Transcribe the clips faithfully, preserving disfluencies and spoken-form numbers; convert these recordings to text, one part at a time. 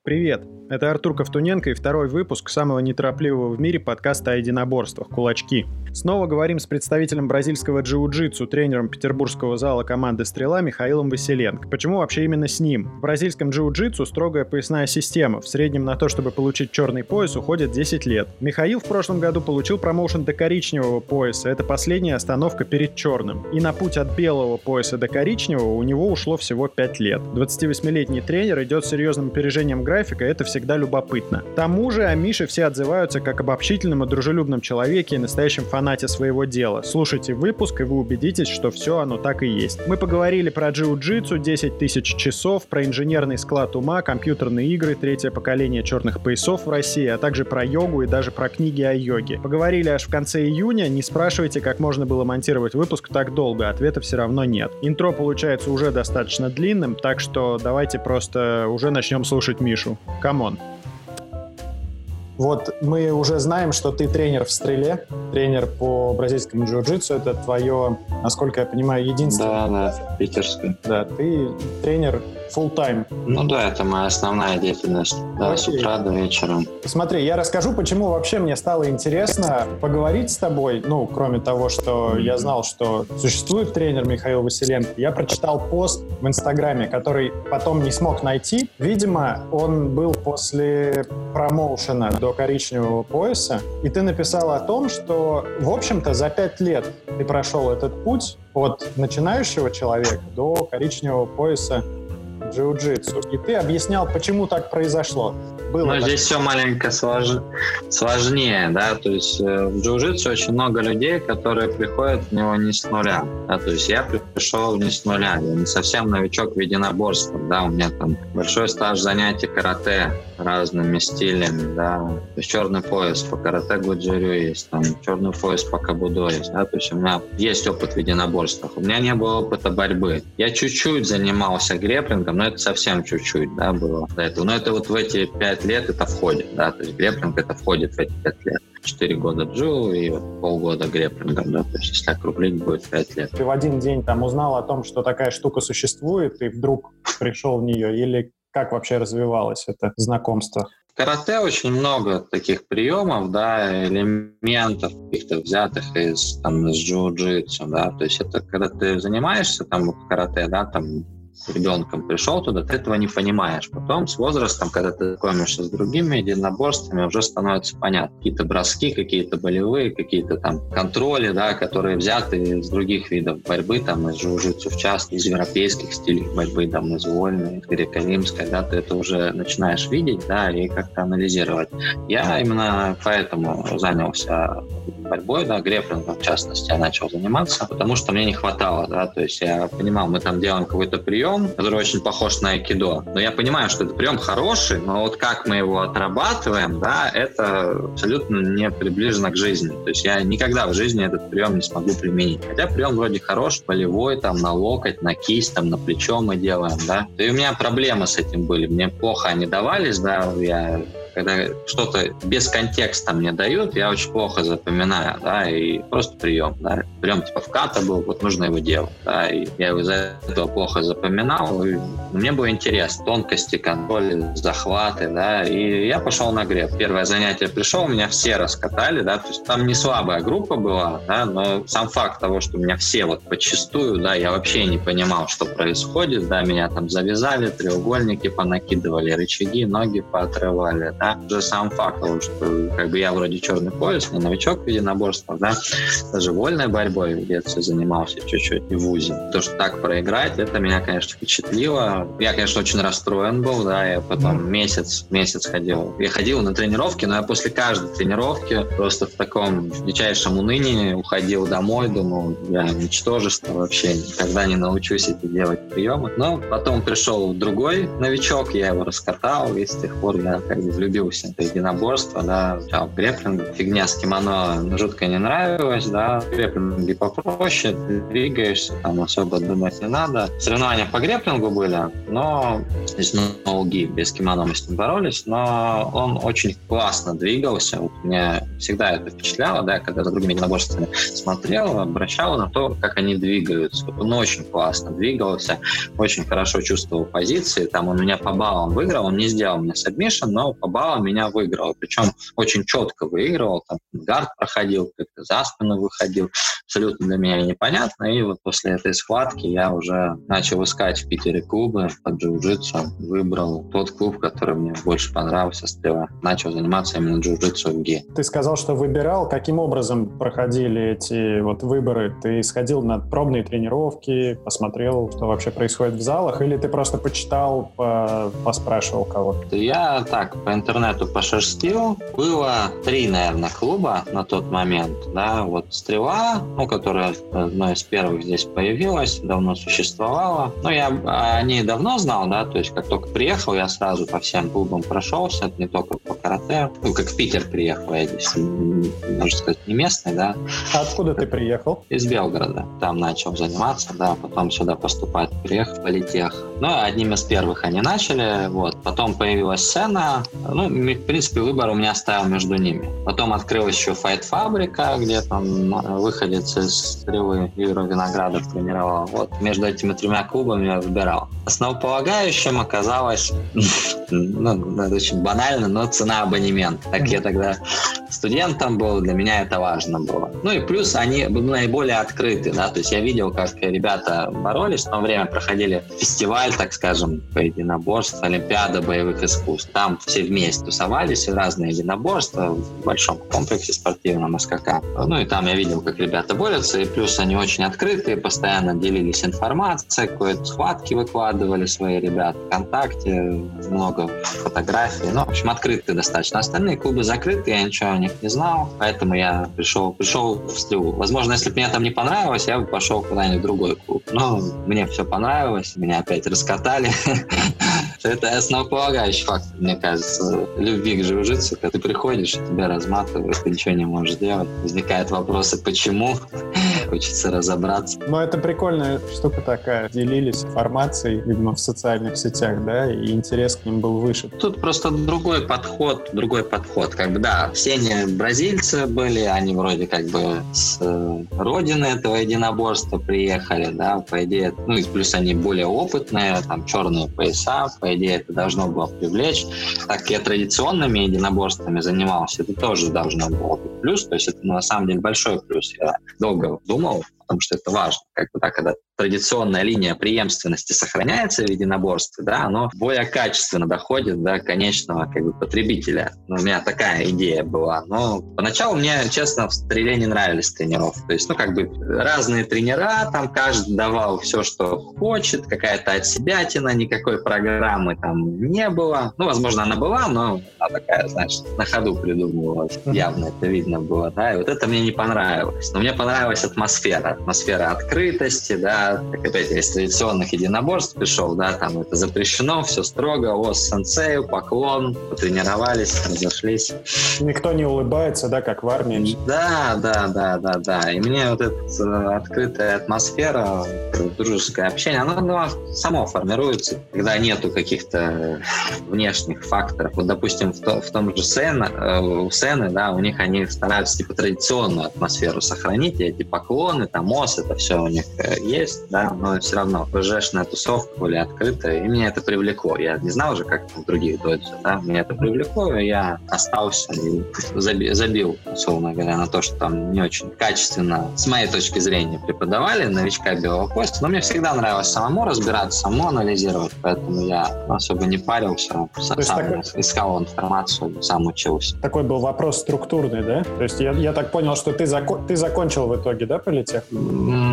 Привет! Это Артур Ковтуненко и второй выпуск самого неторопливого в мире подкаста о единоборствах «Кулачки». Снова говорим с представителем бразильского джиу-джитсу, тренером петербургского зала команды «Стрела» Михаилом Василенко. Почему вообще именно с ним? В бразильском джиу-джитсу строгая поясная система. В среднем на то, чтобы получить черный пояс, уходит десять лет. Михаил в прошлом году получил промоушен до коричневого пояса. Это последняя остановка перед черным. И на путь от белого пояса до коричневого у него ушло всего пять лет. двадцативосьмилетний тренер идет с серьезным опережением графика, это всегда любопытно. К тому же о Мише все отзываются как об общительном и дружелюбном человеке и настоящем фанате своего дела. Слушайте выпуск, и вы убедитесь, что все оно так и есть. Мы поговорили про джиу-джитсу, десять тысяч часов, про инженерный склад ума, компьютерные игры, третье поколение черных поясов в России, а также про йогу и даже про книги о йоге. Поговорили аж в конце июня. Не спрашивайте, как можно было монтировать выпуск так долго, ответа все равно нет. Интро получается уже достаточно длинным, так что давайте просто уже начнем слушать Мишу. Камон. Вот мы уже знаем, что ты тренер в «Стреле», тренер по бразильскому джиу-джитсу. Это твое, насколько я понимаю, единственное... Да, да, питерское. Да, ты тренер full-time. Ну да, это моя основная деятельность. Да, Окей. С утра до вечера. Смотри, я расскажу, почему вообще мне стало интересно поговорить с тобой. Ну, кроме того, что я знал, что существует тренер Михаил Василенко, я прочитал пост в Инстаграме, который потом не смог найти. Видимо, он был после промоушена до коричневого пояса. И ты написал о том, что, в общем-то, за пять лет ты прошел этот путь от начинающего человека до коричневого пояса джиу-джитсу. И ты объяснял, почему так произошло. Было Но здесь все маленько слож... сложнее, да, то есть э, в джиу-джитсу очень много людей, которые приходят в него не с нуля, да, то есть я пришел не с нуля, я не совсем новичок в единоборствах, да, у меня там большой стаж занятий карате разными стилями, да, то есть черный пояс по карате гуджирю есть, там черный пояс по кабудо есть, да, то есть у меня есть опыт в единоборствах, у меня не было опыта борьбы, я чуть-чуть занимался грэпплингом, но это совсем чуть-чуть, да, было до этого, но это вот в эти пять лет это входит, да, то есть грэпплинг это входит в эти пять лет. четыре года джиу и вот полгода грэпплингом, да, то есть если округлить, будет пять лет. Ты в один день там узнал о том, что такая штука существует, и вдруг пришел в нее, или как вообще развивалось это знакомство? В карате очень много таких приемов, да, элементов каких-то взятых из, там, из джиу-джитсу, да, то есть это когда ты занимаешься там в карате, да, там, с ребенком пришел туда, ты этого не понимаешь. Потом с возрастом, когда ты знакомишься с другими единоборствами, уже становится понятно. Какие-то броски, какие-то болевые, какие-то там контроли, да, которые взяты из других видов борьбы, там, из джиу-джитсу в частности, из европейских стилей борьбы, там, из вольной, из греко-римской, да, ты это уже начинаешь видеть, да, и как-то анализировать. Я именно поэтому занялся борьбой, да, грэпплингом, в частности, я начал заниматься, потому что мне не хватало, да, то есть я понимал, мы там делаем какой-то прием, который очень похож на айкидо. Но я понимаю, что этот прием хороший, но вот как мы его отрабатываем, да, это абсолютно не приближено к жизни. То есть я никогда в жизни этот прием не смогу применить. Хотя прием вроде хорош, болевой, там, на локоть, на кисть, там, на плечо мы делаем, да. И у меня проблемы с этим были. Мне плохо они давались, да, я... Когда что-то без контекста мне дают, я очень плохо запоминаю, да, и просто прием, да. Прием типа вката был, вот нужно его делать, да, и я его из-за этого плохо запоминал, и мне было интересно, тонкости, контроли, захваты, да, и я пошел на грэп. Первое занятие пришел, меня все раскатали, да, то есть там не слабая группа была, да, но сам факт того, что меня все вот подчистую, да, я вообще не понимал, что происходит, да, меня там завязали, треугольники понакидывали, рычаги, ноги поотрывали, да. Уже сам факт того, что как бы я вроде черный пояс, не новичок в единоборствах, да, даже вольной борьбой в детстве занимался чуть-чуть и в вузе. То, что так проиграть, это меня, конечно, впечатлило. Я, конечно, очень расстроен был, да, я потом mm. месяц, месяц ходил. Я ходил на тренировки, но я после каждой тренировки просто в таком дичайшем унынии уходил домой, думал, я ничтожество вообще, никогда не научусь эти делать приемы. Но потом пришел другой новичок, я его раскатал, и с тех пор я как бы влюбился влюбился в единоборство, да, грэпплинг, фигня с кимоно жутко не нравилась, да, грэпплинги попроще, двигаешься, там особо думать не надо. Соревнования по грэпплингу были, но здесь ноги без кимоно мы с ним боролись, но он очень классно двигался, вот меня всегда это впечатляло, да, когда за другими единоборствами смотрел, обращал на то, как они двигаются. Вот он очень классно двигался, очень хорошо чувствовал позиции, там он меня по баллам выиграл, он не сделал мне сабмишн, но по баллам меня выиграл, причем очень четко выигрывал, там гард проходил, как-то за спину выходил, абсолютно для меня непонятно, и вот после этой схватки я уже начал искать в Питере клубы по джиу-джитсу, выбрал тот клуб, который мне больше понравился, Стрела, начал заниматься именно джиу-джитсу в ГИ. Ты сказал, что выбирал, каким образом проходили эти вот выборы? Ты сходил на пробные тренировки, посмотрел, что вообще происходит в залах, или ты просто почитал, поспрашивал кого-то? Я так, по интернету пошерстил. Было три, наверное, клуба на тот момент. Да, вот Стрела, ну, которая одной из первых здесь появилась, давно существовала. Ну, я о ней давно знал, да, то есть как только приехал, я сразу по всем клубам прошелся, не только по карате. Ну, как в Питер приехал, я здесь, можно сказать, не местный, да. А откуда ты приехал? Из Белгорода. Там начал заниматься, да, потом сюда поступать приехал, политех. Ну, одним из первых они начали, вот. Потом появилась сцена, ну, в принципе, выбор у меня стоял между ними. Потом открылась еще файт-фабрика, где там выходец из Стрелы Юра Виноградов тренировал. Вот, между этими тремя клубами я выбирал. Основополагающим оказалось, ну, это очень банально, но цена абонемента. Так я тогда студентом был, для меня это важно было. Ну и плюс они наиболее открыты, да, то есть я видел, как ребята боролись, в то время проходили фестиваль, так скажем, по единоборству, Олимпиада боевых искусств. Там все вместе тусовались, разные единоборства в большом комплексе спортивном СКК. Ну и там я видел, как ребята борются, и плюс они очень открытые, постоянно делились информацией, какие-то схватки выкладывали свои ребята ВКонтакте, много фотографий. Ну, в общем, открытые достаточно. Остальные клубы закрыты, я ничего о них не знал, поэтому я пришел, пришел в Стрелу. Возможно, если бы мне там не понравилось, я бы пошел куда-нибудь в другой клуб. Но мне все понравилось, меня опять раскатали. Это основополагающий фактор, мне кажется, любви к джиу-джитсу, когда ты приходишь, тебя разматывают, ты ничего не можешь делать. Возникают вопросы, почему? Хочется разобраться. Ну, это прикольная штука такая. Делились информацией, видимо, в социальных сетях, да, и интерес к ним был выше. Тут просто другой подход, другой подход. Как бы, да, все они бразильцы были, они вроде как бы с родины этого единоборства приехали, да, по идее, ну, и плюс они более опытные, там, черные пояса, по идее, это должно было привлечь. Так как я традиционными единоборствами занимался, это тоже должно было быть плюс, то есть это на самом деле большой плюс. Я долго думал, потому что это важно, как бы, да, когда традиционная линия преемственности сохраняется в единоборстве, да, оно более качественно доходит до конечного, как бы, потребителя. Ну, у меня такая идея была. Но поначалу мне, честно, в Стреле не нравились тренировки. То есть, ну, как бы разные тренера, там каждый давал все, что хочет, какая-то отсебятина, никакой программы там не было. Ну, возможно, она была, но она такая, знаешь, на ходу придумывалась. Явно это видно было, да, и вот это мне не понравилось. Но мне понравилась атмосфера. Атмосфера открытости, да, как опять из традиционных единоборств пришел, да, там это запрещено, все строго, ос сенсею, поклон, потренировались, разошлись. Никто не улыбается, да, как в армии. Да, да, да, да, да. И мне вот эта открытая атмосфера, дружеское общение, оно, оно само формируется, когда нету каких-то внешних факторов. Вот, допустим, в, то, в том же Сена, у Сены, да, у них они стараются типа традиционную атмосферу сохранить, и эти поклоны, там, ос, это все у них есть, да, но все равно ПЖшная тусовка более открытая, и меня это привлекло. Я не знал уже, как в других доджах, да, меня это привлекло, и я остался и забил, забил, условно говоря, на то, что там не очень качественно, с моей точки зрения, преподавали новичка белого пояса, но мне всегда нравилось самому разбираться, самому анализировать, поэтому я особо не парился, сам такой... искал информацию, сам учился. Такой был вопрос структурный, да? То есть я, я так понял, что ты, зако... ты закончил в итоге, да, политех?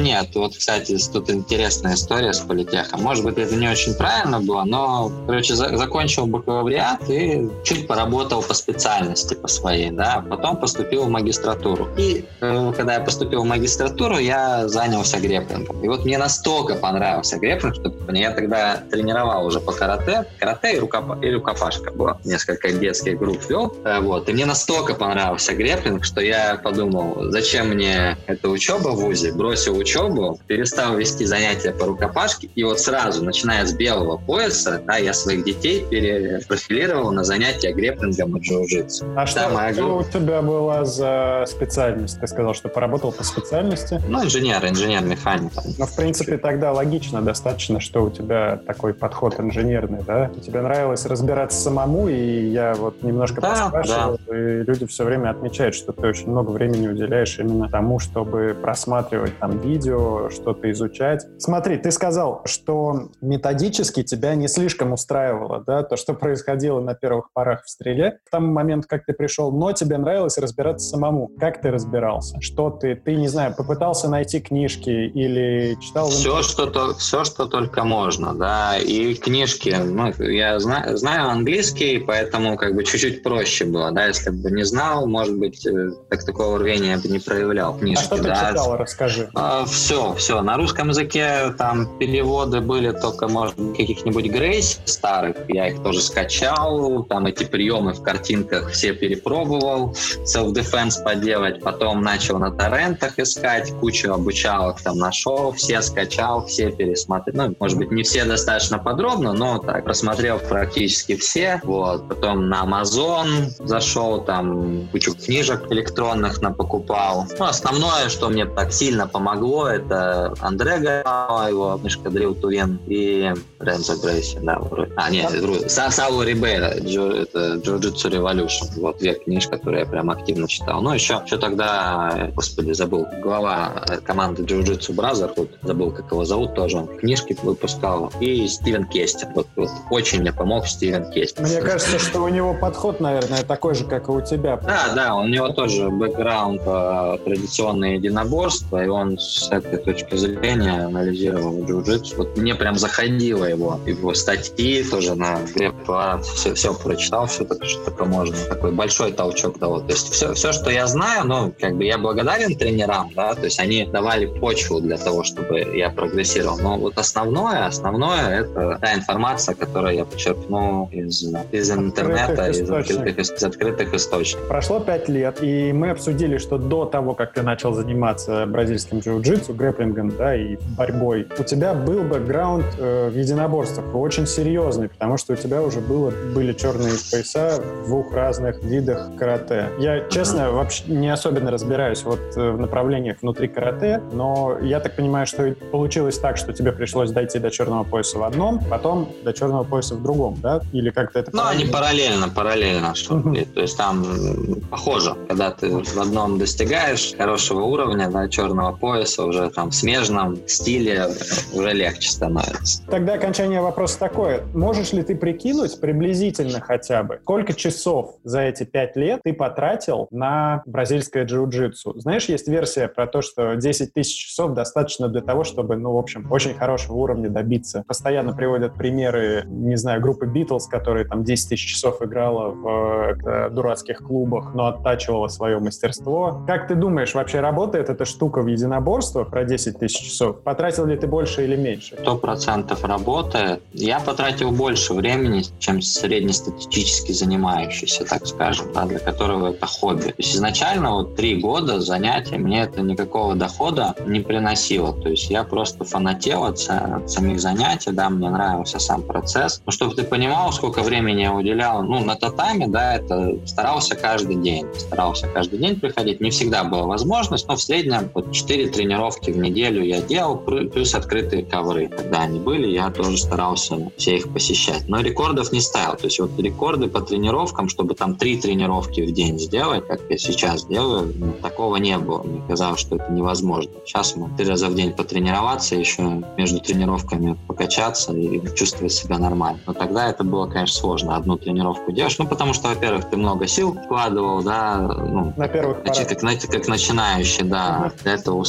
нет. Вот, кстати, тут интересная история с политехом. Может быть, это не очень правильно было, но, короче, за- закончил бакалавриат и чуть поработал по специальности по своей, да. Потом поступил в магистратуру. И э, когда я поступил в магистратуру, я занялся грэпплингом. И вот мне настолько понравился грэпплинг, что я тогда тренировал уже по карате. Карате и, рукопа- и рукопашка было. Несколько детских групп вел. Э, вот. И мне настолько понравился грэпплинг, что я подумал, зачем мне эта учеба в вузе, бросил учебу, перестал вести занятия по рукопашке, и вот сразу, начиная с белого пояса, да, я своих детей перепрофилировал на занятия грэпплингом и джиу-джитсу. А что, моя... что у тебя была за специальность? Ты сказал, что поработал по специальности? Ну, инженер, инженер-механик. Ну, в принципе, тогда логично достаточно, что у тебя такой подход инженерный, да? Тебе нравилось разбираться самому, и я вот немножко да, поспрашивал, да. и люди все время отмечают, что ты очень много времени уделяешь именно тому, чтобы просматривать там видео, что-то изучать. Смотри, ты сказал, что методически тебя не слишком устраивало, да, то, что происходило на первых порах в стреле, к тому моменту, как ты пришел, но тебе нравилось разбираться самому. Как ты разбирался? Что ты, ты, не знаю, попытался найти книжки или читал... Все, что, то, все, что только можно, да, и книжки, ну, я знаю, знаю английский, поэтому как бы чуть-чуть проще было, да, если бы не знал, может быть, так такого рвения бы не проявлял книжки. А что ты да. читал, расскажи. А, все, все, на русском языке там переводы были только, может быть, каких-нибудь Грейс старых, я их тоже скачал, там эти приемы в картинках все перепробовал, self-defense поделать, потом начал на торрентах искать, кучу обучалок там нашел, все скачал, все пересмотрел, ну, может быть, не все достаточно подробно, но так, просмотрел практически все, вот, потом на Amazon зашел, там кучу книжек электронных напокупал. Ну, основное, что мне так сильно помогло, это Андре Гава, его книжка Drill to Win и Рензо Грейси, да, вроде. А, нет, Сауло Рибейро, это Jiu-Jitsu Revolution, вот две книжки, которые я прям активно читал. Ну, еще, еще тогда, господи, забыл, глава команды Jiu-Jitsu Brotherhood, забыл, как его зовут, тоже он книжки выпускал, и Стивен Кестер, вот, вот очень мне помог Стивен Кестер. Мне кажется, что у него подход, наверное, такой же, как и у тебя. Да, да, у него тоже бэкграунд по традиционные единоборства, и он с этой точки зрения анализировал джиу-джитсу. Вот мне прям заходило его, его статьи тоже на грэпплинг, все, все прочитал, все так, что только можно. Такой большой толчок дало. То есть все, все, что я знаю, ну, как бы я благодарен тренерам, да, то есть они давали почву для того, чтобы я прогрессировал. Но вот основное, основное это та информация, которую я почерпнул из, из интернета, из открытых, из открытых источников. Прошло пять лет, и мы обсудили, что до того, как ты начал заниматься бразильским джиу-джитсу, грэпплингом, да, и борьбой, у тебя был бэкграунд э, в единоборствах, очень серьезный, потому что у тебя уже было, были черные пояса в двух разных видах карате. Я, честно, mm-hmm. вообще не особенно разбираюсь вот в направлениях внутри карате, но я так понимаю, что получилось так, что тебе пришлось дойти до черного пояса в одном, потом до черного пояса в другом, да? Или как-то это... Ну, они параллельно, параллельно, что mm-hmm. то есть там похоже, когда ты в одном достигаешь хорошего уровня, да, черного пояса, уже там в смежном стиле уже легче становится. Тогда окончание вопроса такое. Можешь ли ты прикинуть приблизительно хотя бы, сколько часов за эти пять лет ты потратил на бразильское джиу-джитсу? Знаешь, есть версия про то, что десять тысяч часов достаточно для того, чтобы, ну, в общем, очень хорошего уровня добиться. Постоянно приводят примеры, не знаю, группы Beatles, которые там десять тысяч часов играла в э, дурацких клубах, но оттачивала свое мастерство. Как ты думаешь, вообще работает эта штука в единоборствах про десять тысяч часов? Потратил ли ты больше или меньше? Сто процентов работает. Я потратил больше времени, чем среднестатистически занимающийся, так скажем, да, для которого это хобби. То есть изначально вот три года занятий мне это никакого дохода не приносило. То есть я просто фанател от, от самих занятий, да, мне нравился сам процесс. Но чтобы ты понимал, сколько времени я уделял, ну, на татами, да, это старался каждый день. Старался каждый день приходить. Не всегда была возможность, но в среднем вот четыре тренировки в неделю я делал, плюс открытые ковры. Когда они были, я тоже старался все их посещать. Но рекордов не ставил. То есть вот рекорды по тренировкам, чтобы там три тренировки в день сделать, как я сейчас делаю, ну, такого не было. Мне казалось, что это невозможно. Сейчас мы три раза в день потренироваться, еще между тренировками покачаться и чувствовать себя нормально. Но тогда это было, конечно, сложно. Одну тренировку делаешь, ну, потому что, во-первых, ты много сил вкладывал, да, ну, на первых как, как, как начинающий, да, uh-huh. для этого уставал.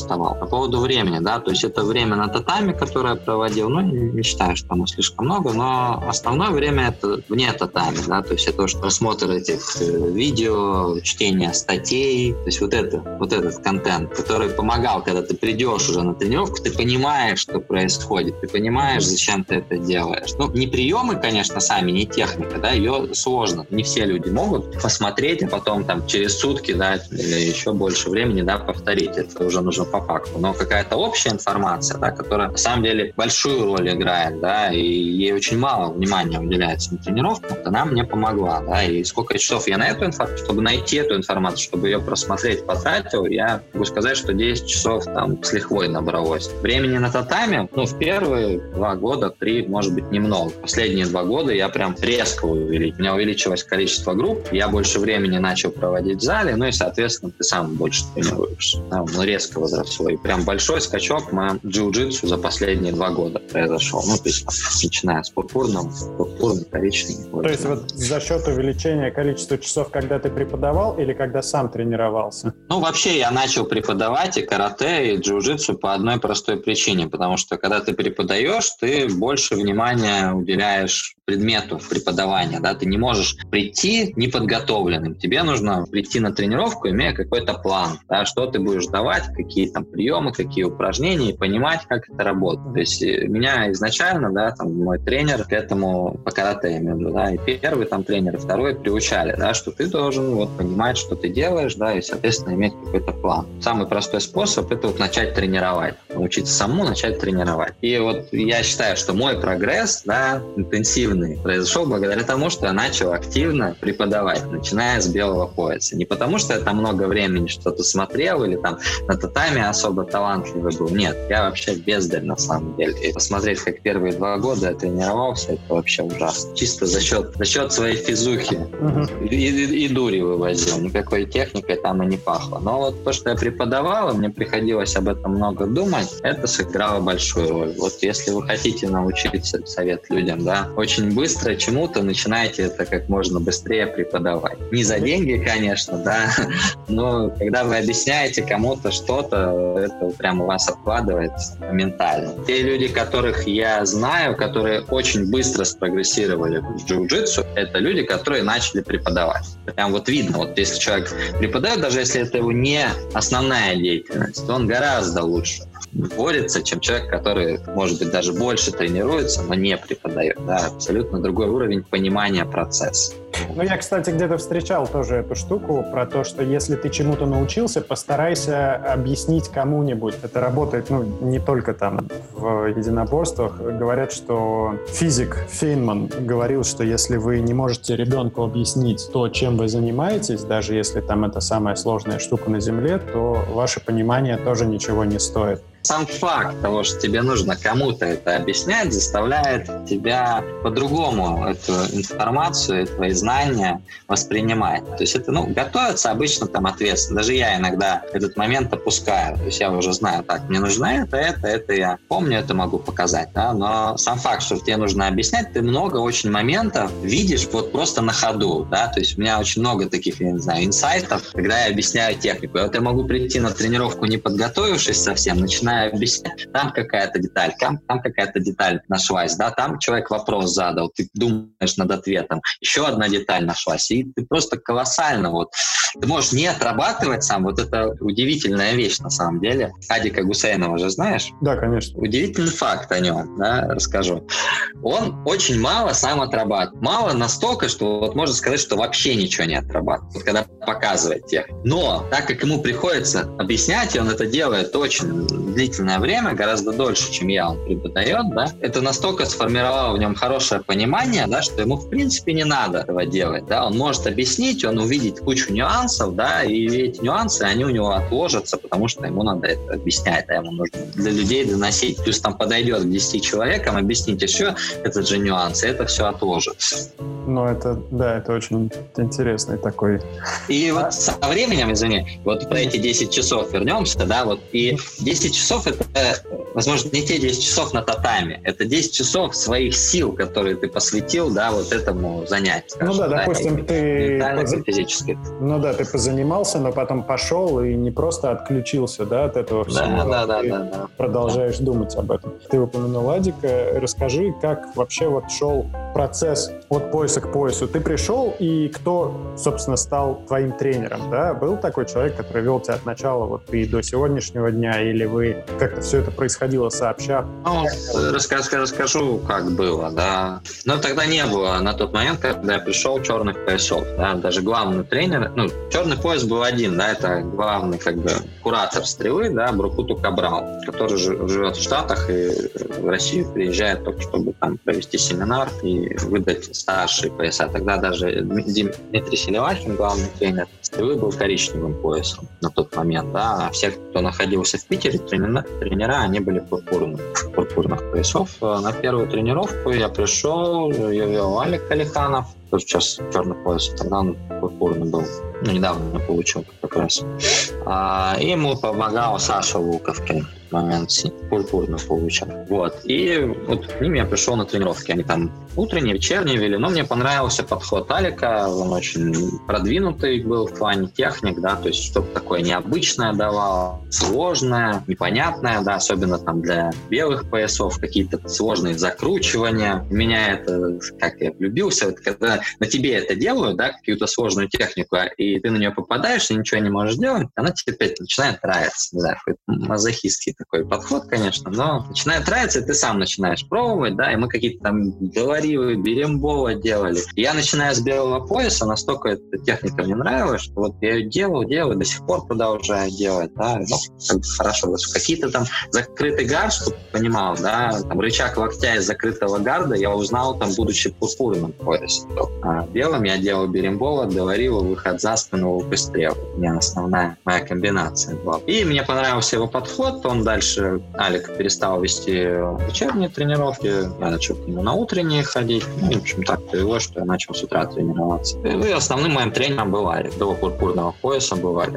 По поводу времени, да, то есть это время на татами, которое я проводил, ну, не считаю, что оно слишком много, но основное время это вне татами, да, то есть это уж просмотр этих видео, чтение статей, то есть вот это, вот этот контент, который помогал, когда ты придешь уже на тренировку, ты понимаешь, что происходит, ты понимаешь, зачем ты это делаешь. Ну, не приемы, конечно, сами, не техника, да, ее сложно, не все люди могут посмотреть, а потом там через сутки, да, или еще больше времени, да, повторить, это уже нужно по факту, но какая-то общая информация, да, которая на самом деле большую роль играет, да, и ей очень мало внимания уделяется на тренировках, она мне помогла, да, и сколько часов я на эту информацию, чтобы найти эту информацию, чтобы ее просмотреть, потратил, я могу сказать, что десять часов там с лихвой набралось. Времени на татами, ну, в первые два года, три, может быть, немного. Последние два года я прям резко увеличил. У меня увеличилось количество групп, я больше времени начал проводить в зале, ну и, соответственно, ты сам больше тренируешься. Да, ну, резко возросло. И прям большой скачок в моем джиу-джитсу за последние два года произошел. Ну, то есть, начиная с пурпурным, пурпурным, коричневым. То есть вот за счет увеличения количества часов, когда ты преподавал или когда сам тренировался? Ну, вообще я начал преподавать и карате, и джиу-джитсу по одной простой причине, потому что когда ты преподаешь, ты больше внимания уделяешь предмету преподавания, да, ты не можешь прийти неподготовленным, тебе нужно прийти на тренировку, имея какой-то план, да, что ты будешь давать, какие там приемы, какие упражнения, и понимать, как это работает. То есть меня изначально, да, там мой тренер к этому по карате, я имею в виду, да, и первый там тренер, и второй приучали, да, что ты должен вот понимать, что ты делаешь, да, и, соответственно, иметь какой-то план. Самый простой способ — это вот начать тренировать, научиться самому начать тренировать. И вот я считаю, что мой прогресс, да, интенсивный, произошел благодаря тому, что я начал активно преподавать, начиная с белого пояса. Не потому, что я там много времени что-то смотрел или там на татами особо талантливый был. Нет, я вообще бездарь на самом деле. И посмотреть, как первые два года я тренировался, это вообще ужасно. Чисто за счет, за счет своей физухи uh-huh. и, и, и дури вывозил. Никакой техникой там и не пахло. Но вот то, что я преподавал, мне приходилось об этом много думать, это сыграло большую роль. Вот если вы хотите научиться, совет людям, да, очень быстро чему-то начинайте это как можно быстрее преподавать. Не за деньги, конечно, да, но когда вы объясняете кому-то что-то, это прямо у вас откладывается моментально. Те люди, которых я знаю, которые очень быстро спрогрессировали в джиу-джитсу, это люди, которые начали преподавать. Прям вот видно, вот если человек преподает, даже если это его не основная деятельность, то он гораздо лучше борется, чем человек, который, может быть, даже больше тренируется, но не преподает. Да, абсолютно другой уровень понимания процесса. Ну, я, кстати, где-то встречал тоже эту штуку про то, что если ты чему-то научился, постарайся объяснить кому-нибудь. Это работает, ну, не только там в единоборствах. Говорят, что физик Фейнман говорил, что если вы не можете ребенку объяснить то, чем вы занимаетесь, даже если там это самая сложная штука на Земле, то ваше понимание тоже ничего не стоит. Сам факт того, что тебе нужно кому-то это объяснять, заставляет тебя по-другому эту информацию, твои знания воспринимать. То есть это, ну, готовиться обычно там ответственно. Даже я иногда этот момент опускаю. То есть я уже знаю, так, мне нужно это, это, это я помню, это могу показать, да, но сам факт, что тебе нужно объяснять, ты много очень моментов видишь вот просто на ходу, да, то есть у меня очень много таких, я не знаю, инсайтов, когда я объясняю технику. Вот я могу прийти на тренировку, не подготовившись совсем, начинаю объяснять, там какая-то деталь, там, там какая-то деталь нашлась, да, там человек вопрос задал, ты думаешь над ответом, еще одна деталь нашлась, и ты просто колоссально вот, ты можешь не отрабатывать сам, вот это удивительная вещь на самом деле. Адика Гусейнова же знаешь? Да, конечно. Удивительный факт о нем, да, расскажу. Он очень мало сам отрабатывает. Мало настолько, что вот можно сказать, что вообще ничего не отрабатывает, вот когда показывает технику. Но так как ему приходится объяснять, и он это делает очень длительное время, гораздо дольше, чем я, он преподает, да, это настолько сформировало в нем хорошее понимание, да, что ему в принципе не надо этого делать, да, он может объяснить, он увидит кучу нюансов, да, и эти нюансы, они у него отложатся, потому что ему надо это объяснять, а ему нужно для людей доносить, плюс там подойдет к десяти человекам, объяснить еще этот же нюанс, и это все отложится. Ну, это, да, это очень интересный такой... И а? вот со временем, извини, вот про эти десять часов вернемся, да, вот, и десять часов это, возможно, не те десять часов на татами, это десять часов своих сил, которые ты посвятил, да, вот этому занятию. Скажем, ну да, да, допустим, ты... Поз... физически. Ну да, ты позанимался, но потом пошел и не просто отключился, да, от этого всего. Да, да, да, да, да. Продолжаешь да. думать об этом. Ты упомянул Адика. Расскажи, как вообще вот шел процесс от пояса к поясу. Ты пришел, и кто, собственно, стал твоим тренером, да? Был такой человек, который вел тебя от начала вот и до сегодняшнего дня, или вы как-то все это происходило сообща? Ну, расскажу, расскажу, как было, да. Но тогда не было на тот момент, когда я пришел, черных поясов, да, даже главный тренер, ну, черный пояс был один, да, это главный, как бы, куратор стрелы, да, Брукуту Кабрал, который живет в Штатах и в Россию приезжает только, чтобы там провести семинар и выдать старшие пояса. Тогда даже Дмитрий Селивахин, главный тренер стрелы, был коричневым поясом на тот момент, да, а все, кто находился в Питере, тренера, тренера они были пурпурных, пурпурных поясов. На первую тренировку я пришел, ее вел Алик Алиханов, тоже сейчас черный пояс, тогда он пурпурный был. Ну, недавно я получил как раз. А, и ему помогал Саша Луковкин в момент пурпурно получил. Вот. И вот к ним я пришел на тренировки. Они там утренние, вечерние вели. Но мне понравился подход Алика. Он очень продвинутый был в плане техник, да, то есть что-то такое необычное давал, сложное, непонятное, да, особенно там для белых поясов, какие-то сложные закручивания. Меня это, как я влюбился, это когда на тебе это делают, да, какую-то сложную технику, и ты на нее попадаешь, и ничего не можешь делать, она тебе опять начинает нравиться. Не знаю, какой-то мазохистский такой подход, конечно, но начинает нравиться, и ты сам начинаешь пробовать, да, и мы какие-то там говоривы, берембола делали. И я, начиная с белого пояса, настолько эта техника мне нравилась, что вот я ее делал, делал, до сих пор продолжаю делать, да, ну, хорошо. Вот какие-то там закрытый гард, чтобы понимал, да, там рычаг локтя из закрытого гарда я узнал, там, будучи пурпурным поясе. А белым я делал берембола, доварил, выход за спину, лук и стрел. У меня основная моя комбинация была. И мне понравился его подход, он дальше, Алик перестал вести вечерние тренировки, я начал к нему на утренние ходить, ну, и, в общем, так повелось, что я начал с утра тренироваться. И основным моим тренером был Алик, до пурпурного пояса был Алик.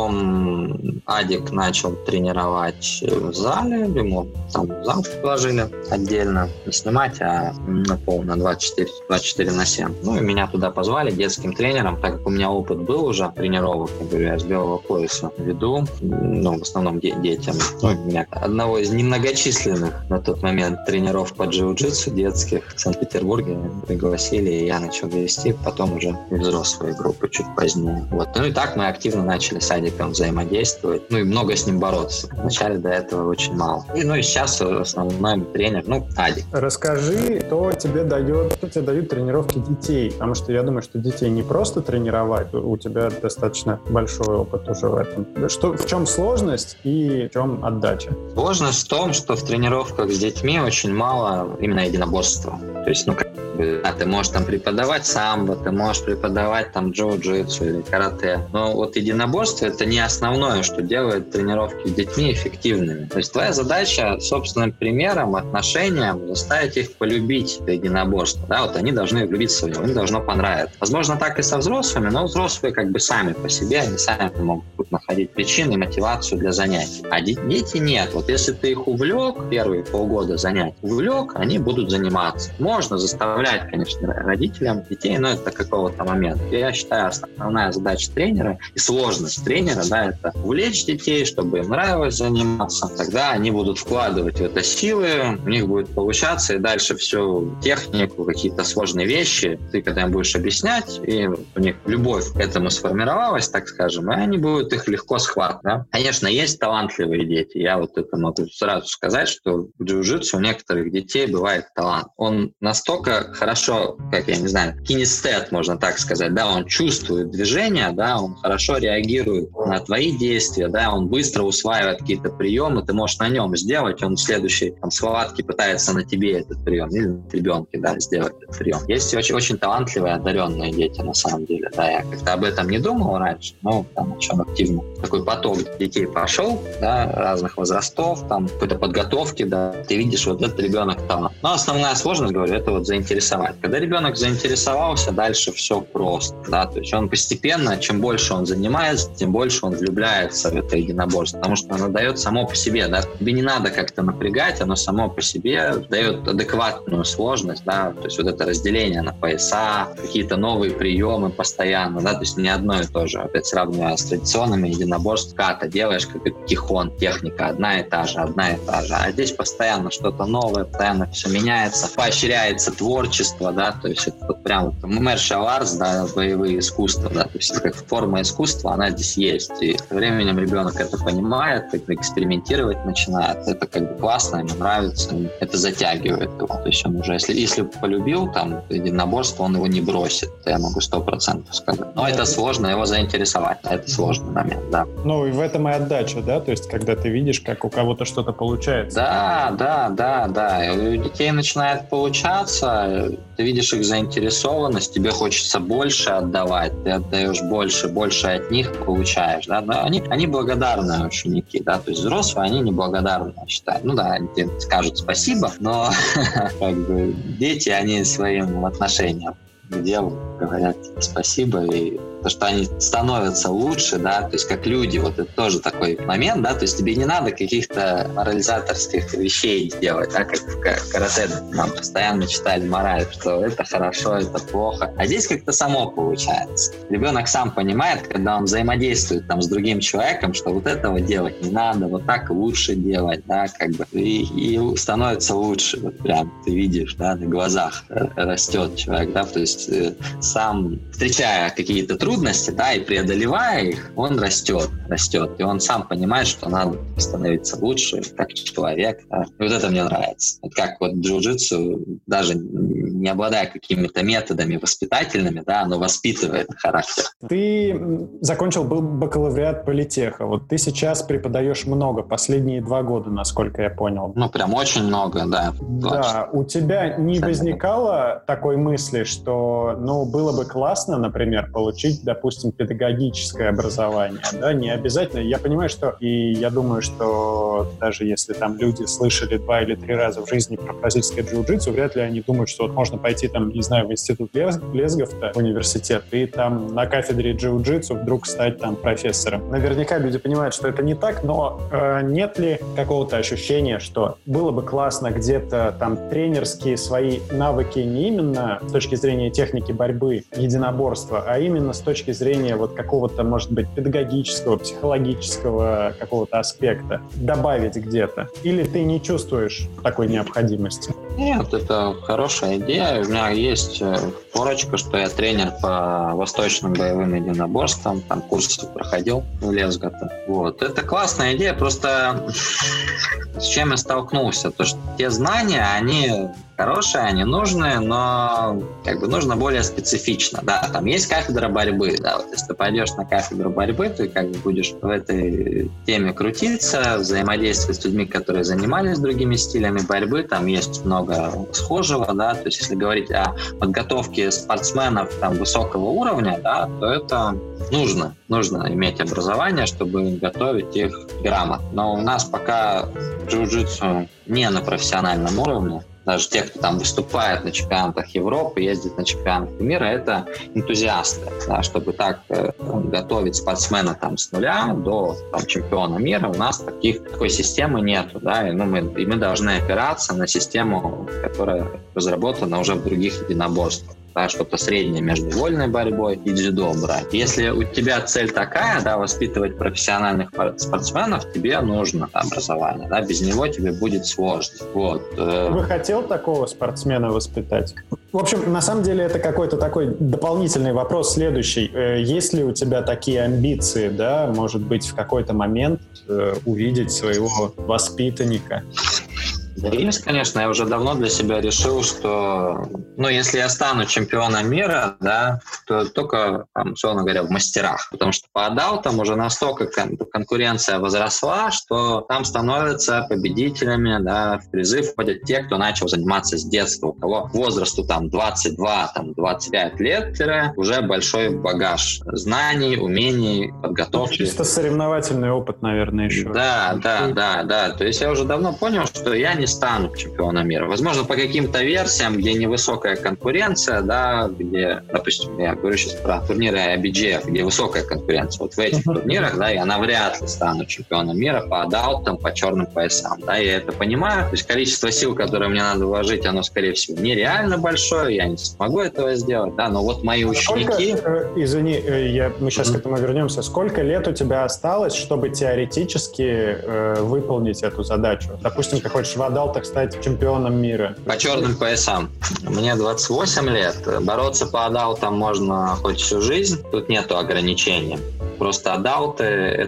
Потом Адик начал тренировать в зале, ему там зал предложили отдельно, не снимать, а на пол, на двадцать четыре, двадцать четыре на семь. Ну, и меня туда позвали детским тренером, так как у меня опыт был уже тренировок, я говорю, я с белого пояса веду, ну, в основном де- детям. Ну, у меня одного из немногочисленных на тот момент тренеров по джиу-джитсу детских в Санкт-Петербурге пригласили, и я начал вести, потом уже взрослые группы чуть позднее. Вот. Ну и так мы активно начали с Адиком взаимодействовать, ну и много с ним бороться. Вначале до этого очень мало. И, ну и сейчас основной тренер, ну, Адик. Расскажи, кто тебе дает, кто тебе дают тренировки детей, потому что я думаю, что детей не просто тренировать, у тебя достаточно большой опыт уже в этом. Что, в чем сложность и в чем отдача? Сложность в том, что в тренировках с детьми очень мало именно единоборства. То есть, ну, как бы, а ты можешь там преподавать самбо, ты можешь преподавать там джиу-джитсу или карате. Но вот единоборство — это не основное, что делает тренировки с детьми эффективными. То есть твоя задача собственным примером, отношением заставить их полюбить это единоборство. Да, вот они должны влюбиться в него, им должно понравиться. Возможно, так и со взрослыми, но взрослые как бы сами по себе, они сами могут находить причины и мотивацию для занятий. А дети нет. Вот если ты их увлек, первые полгода занятий увлек, они будут заниматься. Можно заставлять, конечно, родителям детей, но это до какого-то момента. Я считаю, основная задача тренера и сложность тренера, да, это увлечь детей, чтобы им нравилось заниматься. Тогда они будут вкладывать в это силы, у них будет получаться, и дальше всю технику, какие-то сложные вещи, ты когда им будешь объяснять, и у них любовь к этому сформировалась, так скажем, и они будут их легко схватывать. Да? Конечно, есть талантливые дети. Я вот это могу сразу сказать, что в джиу-джитсу у некоторых детей бывает талант. Он настолько хорошо, как я не знаю, кинестет, можно так сказать, да, он чувствует движение, да, он хорошо реагирует на твои действия, да, он быстро усваивает какие-то приемы, ты можешь на нем сделать, он в следующей там, схватке пытается на тебе этот прием, или на ребенке, да, сделать этот прием. Есть очень, очень талантливые, одаренные дети, на самом деле, да, я как-то об этом не думал раньше, но там начал активно. Такой поток детей пошел, да, разных возрастов, там, какой-то подготовки, да, ты видишь, вот этот ребенок талант. Но основная сложность, говорю, это вот заинтересовать заинтересовать. Когда ребенок заинтересовался, дальше все просто, да, то есть он постепенно, чем больше он занимается, тем больше он влюбляется в это единоборство, потому что оно дает само по себе, да, тебе не надо как-то напрягать, оно само по себе дает адекватную сложность, да, то есть вот это разделение на пояса, какие-то новые приемы постоянно, да, то есть не одно и то же, опять сравнивая с традиционными единоборствами, ката делаешь, как кихон, техника одна и та же, одна и та же, а здесь постоянно что-то новое, постоянно все меняется, поощряется творчество, да, то есть это вот прям вот martial arts, да, боевые искусства, да, то есть это как форма искусства, она здесь есть, и со временем ребенок это понимает, как экспериментировать начинает, это как бы классно, ему нравится, это затягивает его, то есть он уже, если, если полюбил там единоборство, он его не бросит, я могу сто процентов сказать, но это сложно его заинтересовать, это сложный момент, да. Ну и в этом и отдача, да, то есть когда ты видишь, как у кого-то что-то получается. Да, да, да, да, и у детей начинает получаться, ты видишь их заинтересованность, тебе хочется больше отдавать, ты отдаешь больше, больше от них получаешь, да, но они, они благодарные ученики, да, то есть взрослые, они неблагодарные, я считаю. Ну да, они тебе скажут спасибо, но как бы дети, они своим отношением к делу говорят спасибо, и то, что они становятся лучше, да, то есть как люди, вот это тоже такой момент, да, то есть тебе не надо каких-то морализаторских вещей делать, да, как в карате нам постоянно читали мораль, что это хорошо, это плохо, а здесь как-то само получается. Ребенок сам понимает, когда он взаимодействует там с другим человеком, что вот этого делать не надо, вот так лучше делать, да, как бы, и, и становится лучше, вот прям ты видишь, да, на глазах растет человек, да, то есть сам, встречая какие-то трудности, да, и преодолевая их, он растет, растет, и он сам понимает, что надо становиться лучше, как человек, да. И вот это мне нравится. Вот как вот джиу-джитсу, даже не обладая какими-то методами воспитательными, да, оно воспитывает характер. Ты закончил бакалавриат политеха, вот ты сейчас преподаешь много, последние два года, насколько я понял. Ну, прям очень много, да. Да, у тебя не возникало такой мысли, что, ну, было бы классно, например, получить, допустим, педагогическое образование, да, не обязательно. Я понимаю, что, и я думаю, что даже если там люди слышали два или три раза в жизни про бразильское джиу-джитсу, вряд ли они думают, что вот можно пойти там, не знаю, в институт Лесгофта, в университет, и там на кафедре джиу-джитсу вдруг стать там профессором. Наверняка люди понимают, что это не так, но э, нет ли какого-то ощущения, что было бы классно где-то там тренерские свои навыки не именно с точки зрения техники борьбы, единоборства, а именно с точки зрения вот какого-то, может быть, педагогического, психологического какого-то аспекта добавить где-то? Или ты не чувствуешь такой необходимости? Нет, это хорошая идея. У меня есть корочка, что я тренер по восточным боевым единоборствам, там курсы проходил в Лесгофте. Вот. Это классная идея, просто с чем я столкнулся, то что те знания, они хорошие, они нужные, но как бы нужно более специфично. Да, там есть кафедра борьбы, да, вот если ты пойдешь на кафедру борьбы, ты как бы будешь в этой теме крутиться, взаимодействовать с людьми, которые занимались другими стилями борьбы, там есть много схожего, да, то есть если говорить о подготовке спортсменов там высокого уровня, да, то это нужно, нужно иметь образование, чтобы готовить их грамотно. Но у нас пока джиу-джитсу не на профессиональном уровне. Даже те, кто там выступает на чемпионатах Европы, ездит на чемпионаты мира, это энтузиасты, да, чтобы так э, готовить спортсмена там с нуля до там, чемпиона мира. У нас таких, такой системы нету, да, и, ну, мы, и мы должны опираться на систему, которая разработана уже в других единоборствах. Да, что-то среднее между вольной борьбой и дзюдо брать. Если у тебя цель такая, да, воспитывать профессиональных спортсменов, тебе нужно образование, да, без него тебе будет сложно. Вот. Вы хотел такого спортсмена воспитать? В общем, на самом деле это какой-то такой дополнительный вопрос следующий. Есть ли у тебя такие амбиции, да, может быть, в какой-то момент э, увидеть своего воспитанника? Да, есть, конечно, я уже давно для себя решил, что, ну, если я стану чемпионом мира, да, то только, там, условно говоря, в мастерах, потому что по адалтам уже настолько кон- конкуренция возросла, что там становятся победителями, да, в призы входят те, кто начал заниматься с детства, у кого возрасту там двадцать два, там, двадцать пять лет, уже большой багаж знаний, умений, подготовки. Чисто соревновательный опыт, наверное, еще. Да, да, да, да, то есть я уже давно понял, что я не станут чемпионом мира. Возможно, по каким-то версиям, где невысокая конкуренция, да, где, допустим, я говорю сейчас про турниры ай би джи эф, где высокая конкуренция. Вот в этих uh-huh. турнирах, да, и она вряд ли станут чемпионом мира по адаутам, по черным поясам. Да, я это понимаю. То есть количество сил, которое мне надо вложить, оно, скорее всего, нереально большое, я не смогу этого сделать, да, но вот мои ученики... Сколько, э, извини, э, я, мы сейчас mm-hmm. к этому вернемся. Сколько лет у тебя осталось, чтобы теоретически э, выполнить эту задачу? Допустим, ты хочешь в адалтах стать чемпионом мира. По черным поясам. Мне двадцать восемь лет. Бороться по адаутам можно хоть всю жизнь. Тут нету ограничений. Просто адалты —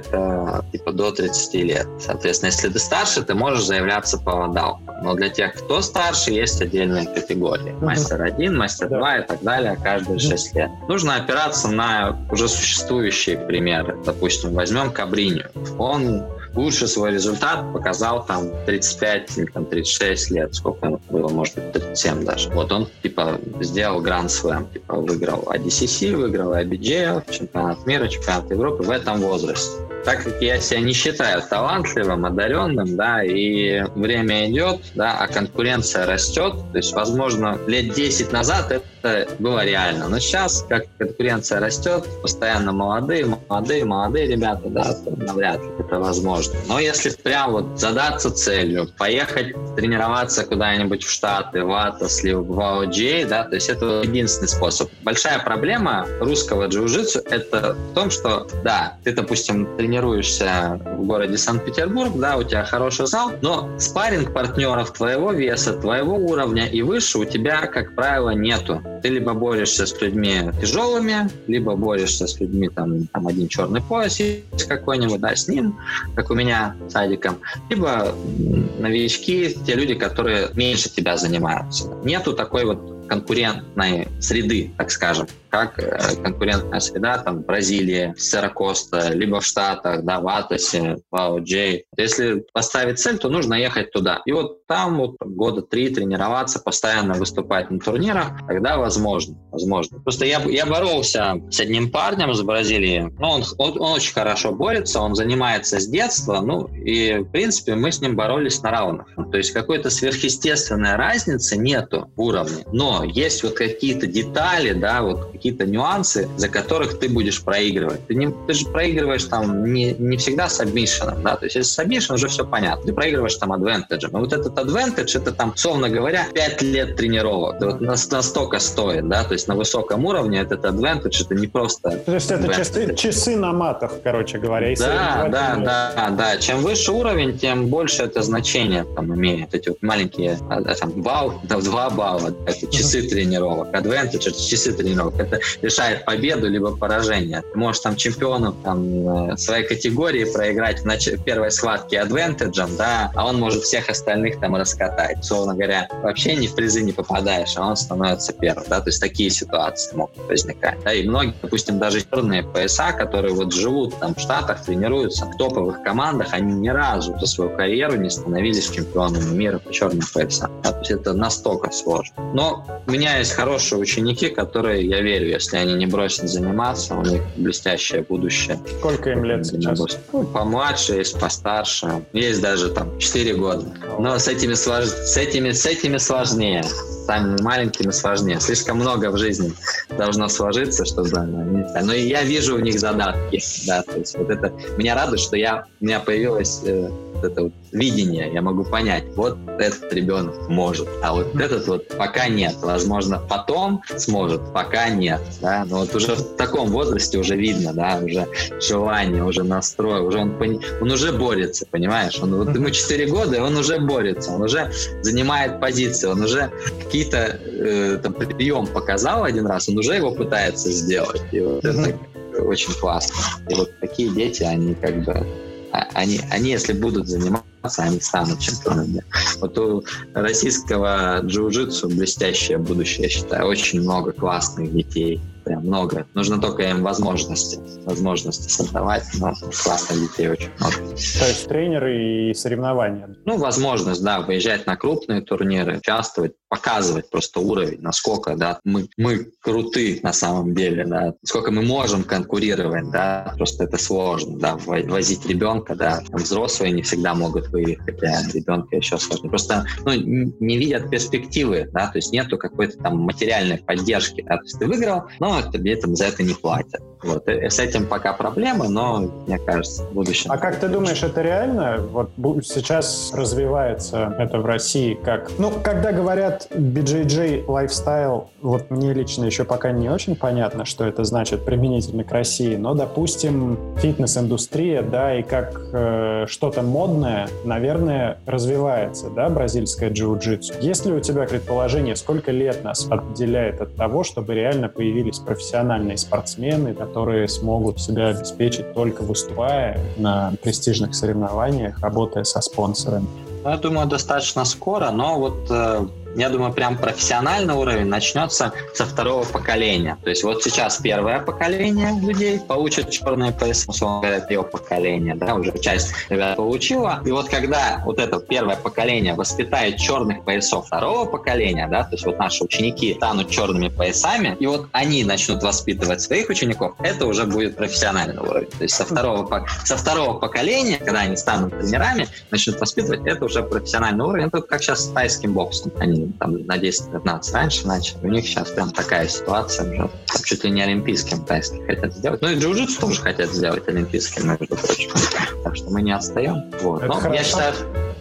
это типа до тридцати лет. Соответственно, если ты старше, ты можешь заявляться по адалтам. Но для тех, кто старше, есть отдельные категории. Мастер один, мастер два и так далее, каждые шесть лет. Нужно опираться на уже существующие примеры. Допустим, возьмем Кабринью. Он лучше свой результат показал там тридцать пять, там, тридцать шесть лет. Сколько ему было? Может быть, тридцать семь даже. Вот он типа сделал Гранд Слэм. Типа выиграл эй ди си си, выиграл ай би джи эф, чемпионат мира, чемпионат Европы в этом возрасте. Так как я себя не считаю талантливым, одаренным, да, и время идет, да, а конкуренция растет, то есть, возможно, лет десять назад это было реально, но сейчас, как конкуренция растет, постоянно молодые, молодые, молодые ребята, да, то навряд ли это возможно. Но если прям вот задаться целью, поехать тренироваться куда-нибудь в Штаты, в Атос, либо в эй о джи, да, то есть это единственный способ. Большая проблема русского джиу-джитсу это в том, что, да, ты, допустим, тренируешься в городе Санкт-Петербург, да, у тебя хороший зал, но спарринг-партнеров твоего веса, твоего уровня и выше у тебя, как правило, нету. Ты либо борешься с людьми тяжелыми, либо борешься с людьми, там, там один черный пояс есть какой-нибудь, да, с ним, как у меня, с Адиком, либо новички, те люди, которые меньше тебя занимаются. Нету такой вот конкурентной среды, так скажем, как конкурентная среда там в Бразилии, в Серра-Коста, либо в Штатах, да, в Атосе, в эй о джи. Если поставить цель, то нужно ехать туда. И вот там вот года три тренироваться, постоянно выступать на турнирах, тогда возможно. возможно. Просто я, я боролся с одним парнем из Бразилии, ну, он, он, он очень хорошо борется, он занимается с детства, ну, и, в принципе, мы с ним боролись на равных. То есть какой-то сверхъестественной разницы нету в уровне, но есть вот какие-то детали, да, вот какие-то нюансы, за которых ты будешь проигрывать. Ты, не, ты же проигрываешь там не, не всегда с адмишеном, да, то есть если с адмишеном уже все понятно, ты проигрываешь там адвентеджем. И вот этот адвентедж, это там, условно говоря, пять лет тренировок. Это вот настолько стоит, да, то есть на высоком уровне этот адвентедж, это не просто... То есть это часы, часы на матах, короче говоря. Если да, да, да, да. Чем выше уровень, тем больше это значение там имеет. Эти вот маленькие, там, балл, да, два балла, это часы тренировок. Адвентедж, это часы тренировок. Это решает победу либо поражение. Ты можешь там чемпиону там, своей категории проиграть в, нач... в первой схватке адвентеджем, да, а он может всех остальных там раскатать. Условно говоря, вообще ни в призы не попадаешь, а он становится первым, да, то есть такие ситуации могут возникать. Да, и многие, допустим, даже черные пояса, которые вот живут там в Штатах, тренируются в топовых командах, они ни разу за свою карьеру не становились чемпионами мира по черным поясам. Да, то есть это настолько сложно. Но у меня есть хорошие ученики, которые, я верю, если они не бросят заниматься, у них блестящее будущее. Сколько им лет сейчас? Ну, помладше, есть постарше. Есть даже там четыре года. Но с этими, слож... с этими, с этими сложнее. Самыми маленькими сложнее. Слишком много в жизни должно сложиться, чтобы... Но и я вижу в них задатки. Да, то есть вот это... Меня радует, что я... у меня появилось... Э, это вот видение, я могу понять, вот этот ребенок может, а вот этот вот пока нет. Возможно, потом сможет, пока нет. Да? Но вот уже в таком возрасте уже видно, да, уже желание, уже настрой, уже он, он уже борется, понимаешь? Он, вот ему четыре года, и он уже борется, он уже занимает позиции, он уже какие-то э, там, прием показал один раз, он уже его пытается сделать. И вот это очень классно. И вот такие дети, они как бы Они, они, если будут заниматься, они станут чемпионами. Вот у российского джиу-джитсу блестящее будущее, я считаю. Очень много классных детей. Прям много. Нужно только им возможности. Возможности создавать. Но классных детей очень много. То есть тренеры и соревнования? Ну, возможность, да, выезжать на крупные турниры, участвовать. показывать просто уровень, насколько, да, мы, мы круты на самом деле, да, сколько мы можем конкурировать, да, просто это сложно, да, возить ребенка, да, взрослые не всегда могут выехать, а ребенка еще сложнее. Просто, ну, не видят перспективы, да, то есть нету какой-то там материальной поддержки, да, то есть ты выиграл, но тебе там за это не платят. Вот, и с этим пока проблемы, но, мне кажется, в будущем... А как ты думаешь, это реально? Вот сейчас развивается это в России как... Ну, когда говорят би джей джей lifestyle, вот мне лично еще пока не очень понятно, что это значит применительно к России, но, допустим, фитнес-индустрия, да, и как э, что-то модное, наверное, развивается, да, бразильское джиу-джитсу. Есть ли у тебя предположение, сколько лет нас отделяет от того, чтобы реально появились профессиональные спортсмены, которые смогут себя обеспечить только выступая на престижных соревнованиях, работая со спонсорами? Я думаю, достаточно скоро, но вот э, я думаю, прям профессиональный уровень начнется со второго поколения. То есть вот сейчас первое поколение людей получит черные пояса, условно говоря, третье поколение, да, уже часть ребят получила. И вот когда вот это первое поколение воспитает черных поясов второго поколения, да, то есть вот наши ученики станут черными поясами, и вот они начнут воспитывать своих учеников, это уже будет профессиональный уровень. То есть со второго, со второго поколения, когда они станут тренерами, начнут воспитывать, это уже профессиональный уровень. Это как сейчас с тайским боксом. Они там на десять-пятнадцать раньше начали. У них сейчас прям такая ситуация уже. Там чуть ли не олимпийским тайским хотят сделать. Ну и джиу-джитсу тоже хотят сделать олимпийским, между прочим. Так что мы не отстаем. Вот. Но я считаю,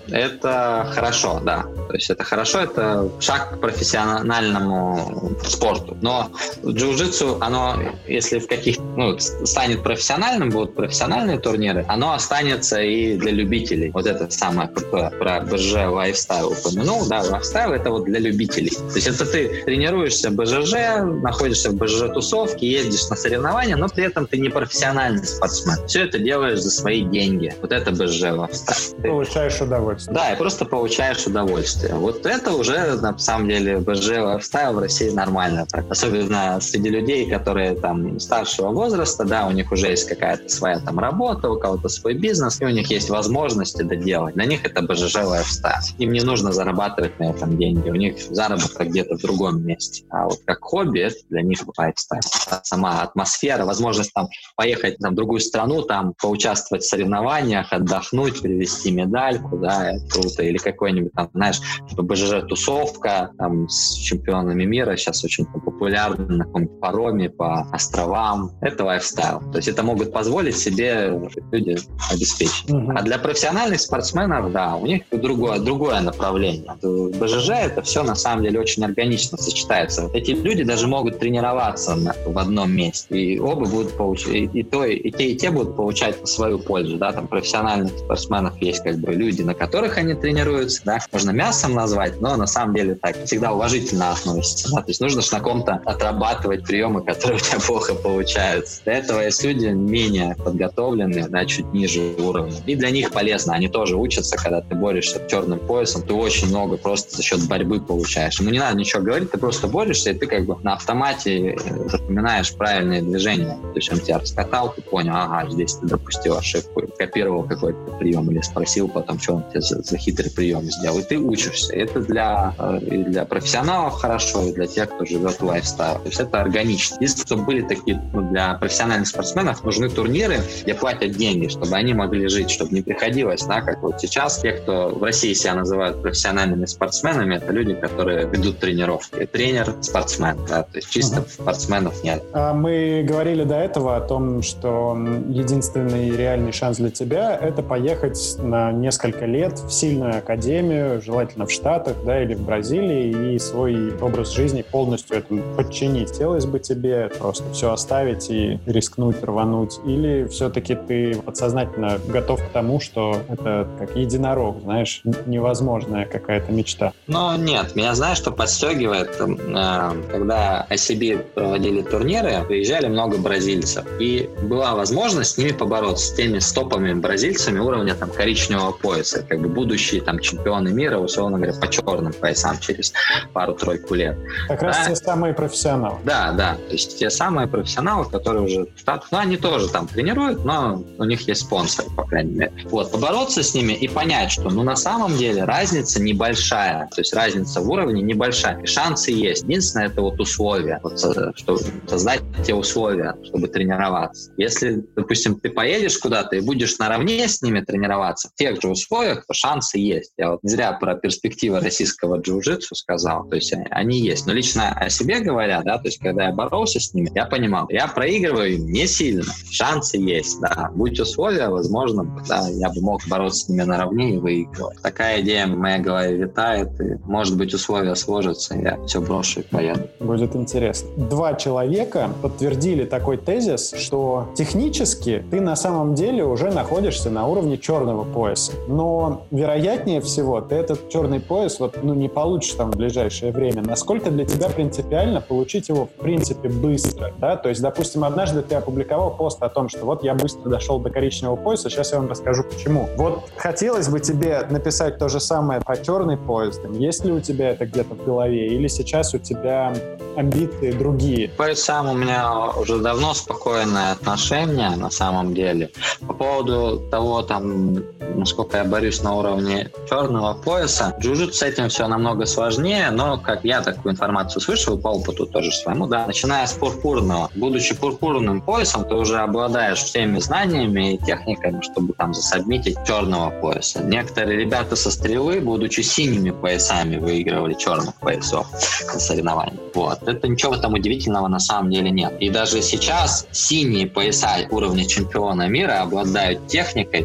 это хорошо, да. То есть это хорошо, это шаг к профессиональному спорту. Но джиу-джитсу, оно, если в каких, ну, станет профессиональным, будут профессиональные турниры, оно останется и для любителей. Вот это самое крутое. Про бэ жэ жэ лайфстайл упомянул. Да, лайфстайл — это вот для любителей. То есть это ты тренируешься в бэ жэ жэ, находишься в бэ жэ жэ-тусовке, ездишь на соревнования, но при этом ты не профессиональный спортсмен. Все это делаешь за свои деньги. Вот это бэ жэ жэ лайфстайл. Получаешь удовольствие. Да, и просто получаешь удовольствие. Вот это уже, на самом деле, бэ жэ жэ лайфстайл в России нормально. Так. Особенно среди людей, которые там старшего возраста, да, у них уже есть какая-то своя там работа, у кого-то свой бизнес, и у них есть возможности это делать. Для них это бэ жэ жэ лайфстайл. Им не нужно зарабатывать на этом деньги. У них заработок где-то в другом месте. А вот как хобби, это для них лайфстайл. Сама атмосфера, возможность там поехать там, в другую страну, там поучаствовать в соревнованиях, отдохнуть, привезти медальку, да, это круто. Или какой-нибудь там, знаешь, бэ жэ жэ-тусовка там, с чемпионами мира, сейчас очень популярна на каком-то пароме по островам. Это лайфстайл. То есть это могут позволить себе люди обеспечить. Mm-hmm. А для профессиональных спортсменов, да, у них другое, другое направление. В бэ жэ жэ это все на самом деле очень органично сочетается. Эти люди даже могут тренироваться на, в одном месте, и оба будут получать, и, и, то, и те, и те будут получать свою пользу. Да? Там профессиональных спортсменов есть как бы люди, на которых они тренируются, да? Можно мясом назвать, но на самом деле так всегда уважительно относятся. Да? То есть нужно же на ком-то отрабатывать приемы, которые у тебя плохо получаются. Для этого есть люди менее подготовленные, да, чуть ниже уровня. И для них полезно. Они тоже учатся, когда ты борешься черным поясом, ты очень много просто за счет борьбы получаешь. Ему не надо ничего говорить, ты просто борешься, и ты как бы на автомате запоминаешь правильные движения. То есть он тебя раскатал, ты понял, ага, здесь ты допустил ошибку, копировал какой-то прием или спросил потом, что он тебе за, за хитрый прием сделал. И ты учишься. Это для, и для профессионалов хорошо, и для тех, кто живет в лайфстайл. То есть это органично. Если чтобы были такие, ну, для профессиональных спортсменов нужны турниры, где платят деньги, чтобы они могли жить, чтобы не приходилось, да, как вот сейчас те, кто в России себя называют профессиональными спортсменами, это люди, которые ведут тренировки. Тренер, спортсмен, да, то есть чисто uh-huh. спортсменов нет. Мы говорили до этого о том, что единственный реальный шанс для тебя — это поехать на несколько лет в сильную академию, желательно в Штатах, да, или в Бразилии, и свой образ жизни полностью этому подчинить. Хотелось бы тебе просто все оставить и рискнуть, рвануть? Или все-таки ты подсознательно готов к тому, что это как единорог, знаешь, невозможная какая-то мечта? Ну, нет. Меня, знаешь, что подстегивает? Когда ай си би проводили турниры, приезжали много бразильцев. И была возможность с ними побороться, с теми стопами бразильцами уровня там коричневого пояса. Как как бы будущие там чемпионы мира, условно говоря, по черным поясам через пару-тройку лет. Как да? раз те самые профессионалы. Да, да, то есть те самые профессионалы, которые уже, ну, они тоже там тренируют, но у них есть спонсоры, по крайней мере. Вот, побороться с ними и понять, что, ну, на самом деле разница небольшая, то есть разница в уровне небольшая, и шансы есть. Единственное, это вот условия, вот, чтобы создать те условия, чтобы тренироваться. Если, допустим, ты поедешь куда-то и будешь наравне с ними тренироваться в тех же условиях, то шансы есть. Я вот не зря про перспективы российского джиу-джитсу сказал, то есть они есть. Но лично о себе говоря, да, то есть когда я боролся с ними, я понимал, я проигрываю не сильно, шансы есть, да. Будь условия, возможно, да, я бы мог бороться с ними наравне и выигрывать. Такая идея в моей голове витает, и, может быть, условия сложатся, и я все брошу и поеду. Будет интересно. Два человека подтвердили такой тезис, что технически ты на самом деле уже находишься на уровне черного пояса. Но вероятнее всего ты этот черный пояс вот, ну, не получишь там в ближайшее время. Насколько для тебя принципиально получить его в принципе быстро? Да? То есть, допустим, однажды ты опубликовал пост о том, что вот я быстро дошел до коричневого пояса, сейчас я вам расскажу почему. Вот хотелось бы тебе написать то же самое про черный пояс. Там, есть ли у тебя это где-то в голове? Или сейчас у тебя амбиции другие? По поясам у меня уже давно спокойное отношение на самом деле. По поводу того, там, насколько я борюсь на уровне черного пояса, джиу-джитсу с этим все намного сложнее, но как я такую информацию слышал, по опыту тоже своему, да, начиная с пурпурного, будучи пурпурным поясом, ты уже обладаешь всеми знаниями и техниками, чтобы там засабмитить черного пояса. Некоторые ребята со стрелы, будучи синими поясами, выигрывали черных поясов на соревнованиях. Вот. Это ничего там удивительного на самом деле нет. И даже сейчас синие пояса уровня чемпиона мира обладают техникой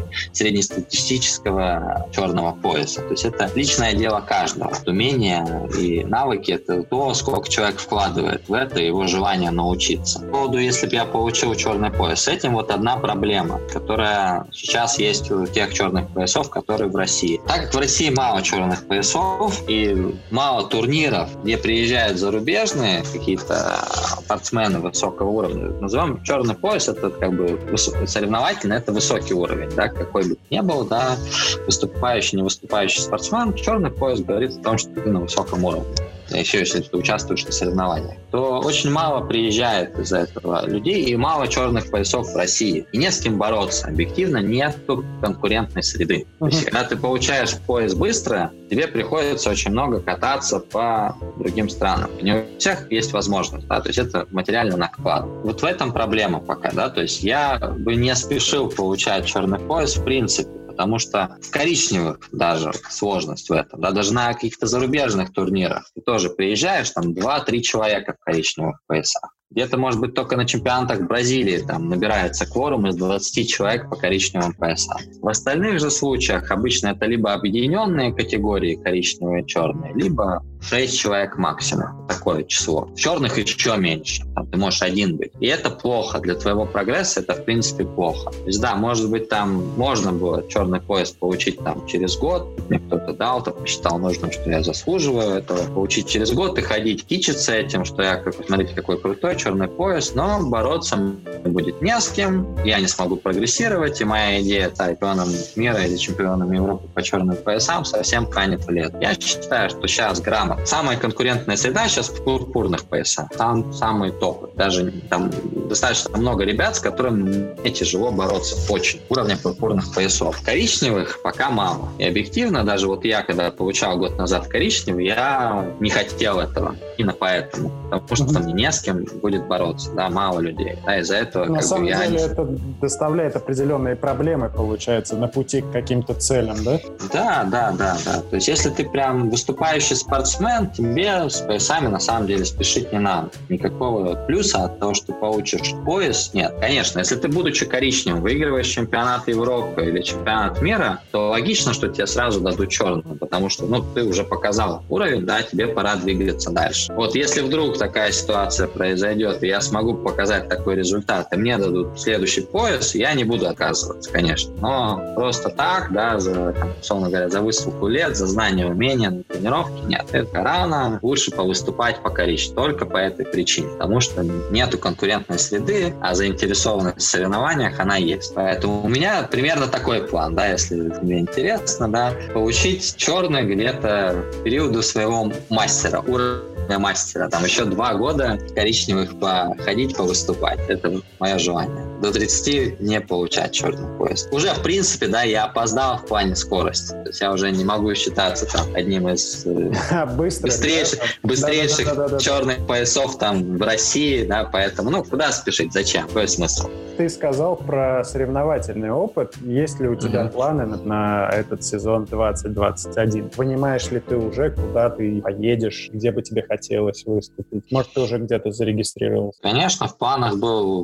среднестатистического черного пояса. То есть это личное дело каждого. Умения и навыки — это то, сколько человек вкладывает в это, его желание научиться. По поводу, если бы я получил черный пояс, с этим вот одна проблема, которая сейчас есть у тех черных поясов, которые в России. Так как в России мало черных поясов и мало турниров, где приезжают зарубежные какие-то спортсмены высокого уровня, называем черный пояс, это как бы соревновательный, это высокий уровень, да, какой бы ни был, да, выступающий, не выступающий спортсмен, черный пояс говорит о том, что ты на высоком уровне. Еще если ты участвуешь на соревнованиях, то очень мало приезжает из-за этого людей и мало черных поясов в России. И не с кем бороться. Объективно нет конкурентной среды. Uh-huh. То есть, когда ты получаешь пояс быстро, тебе приходится очень много кататься по другим странам. Не у всех есть возможность, да, то есть это материальный наклад. Вот в этом проблема пока, да, то есть я бы не спешил получать черный пояс в принципе, потому что в коричневых даже сложность в этом. Да, даже на каких-то зарубежных турнирах ты тоже приезжаешь, там два-три человека в коричневых поясах. Где-то, может быть, только на чемпионатах Бразилии там набирается кворум из двадцати человек по коричневым поясам. В остальных же случаях обычно это либо объединенные категории коричневые и черные, либо шесть человек максимум. Такое число. В черных еще меньше. Там ты можешь один быть. И это плохо. Для твоего прогресса это, в принципе, плохо. То есть, да, может быть, там можно было черный пояс получить там через год. Мне кто-то дал, там посчитал нужным, что я заслуживаю этого. Получить через год и ходить, кичиться этим, что я, как, смотрите, какой крутой черный пояс, но бороться будет не с кем, я не смогу прогрессировать, и моя идея стать чемпионом мира или чемпионом Европы по черным поясам совсем канет в лето. Я считаю, что сейчас грамотно. Самая конкурентная среда сейчас в пурпурных поясах. Там самые топы. Даже там достаточно много ребят, с которыми мне тяжело бороться. Очень. Уровня пурпурных поясов. Коричневых пока мало. И объективно, даже вот я, когда получал год назад коричневый, я не хотел этого. Именно поэтому. Потому что мне не с кем будет бороться, да, мало людей. Да, из-за этого, на как самом бы, я деле не... это доставляет определенные проблемы, получается, на пути к каким-то целям, да? Да, да, да, да. То есть, если ты прям выступающий спортсмен, тебе с поясами на самом деле спешить не надо. Никакого плюса от того, что ты получишь пояс, нет. Конечно, если ты, будучи коричневым, выигрываешь чемпионат Европы или чемпионат мира, то логично, что тебе сразу дадут черный, потому что, ну, ты уже показал уровень, да, тебе пора двигаться дальше. Вот если вдруг такая ситуация произойдет, и я смогу показать такой результат, и мне дадут следующий пояс, я не буду отказываться, конечно. Но просто так, да, за, там, условно говоря, за высылку лет, за знание, умения на тренировке, нет, это пока рано, лучше повыступать пока речь только по этой причине, потому что нету конкурентной среды, а заинтересованность в соревнованиях она есть. Поэтому у меня примерно такой план, да, если тебе интересно, да, получить черный где-то в периоду своего мастера, уровня мастера, там еще два года коричневых походить, повыступать. Это мое желание. До тридцати не получать черный пояс. Уже, в принципе, да, я опоздал в плане скорости. То есть я уже не могу считаться там одним из быстрейших, быстрейших да, да, да, да, черных да. поясов там в России, да, поэтому, ну, куда спешить, зачем, какой смысл? Ты сказал про соревновательный опыт. Есть ли у тебя mm-hmm. планы на, на этот сезон двадцать двадцать один? Понимаешь ли ты уже, куда ты поедешь, где бы тебе хотелось выступить? Может, ты уже где-то зарегистрировался? Конечно, в планах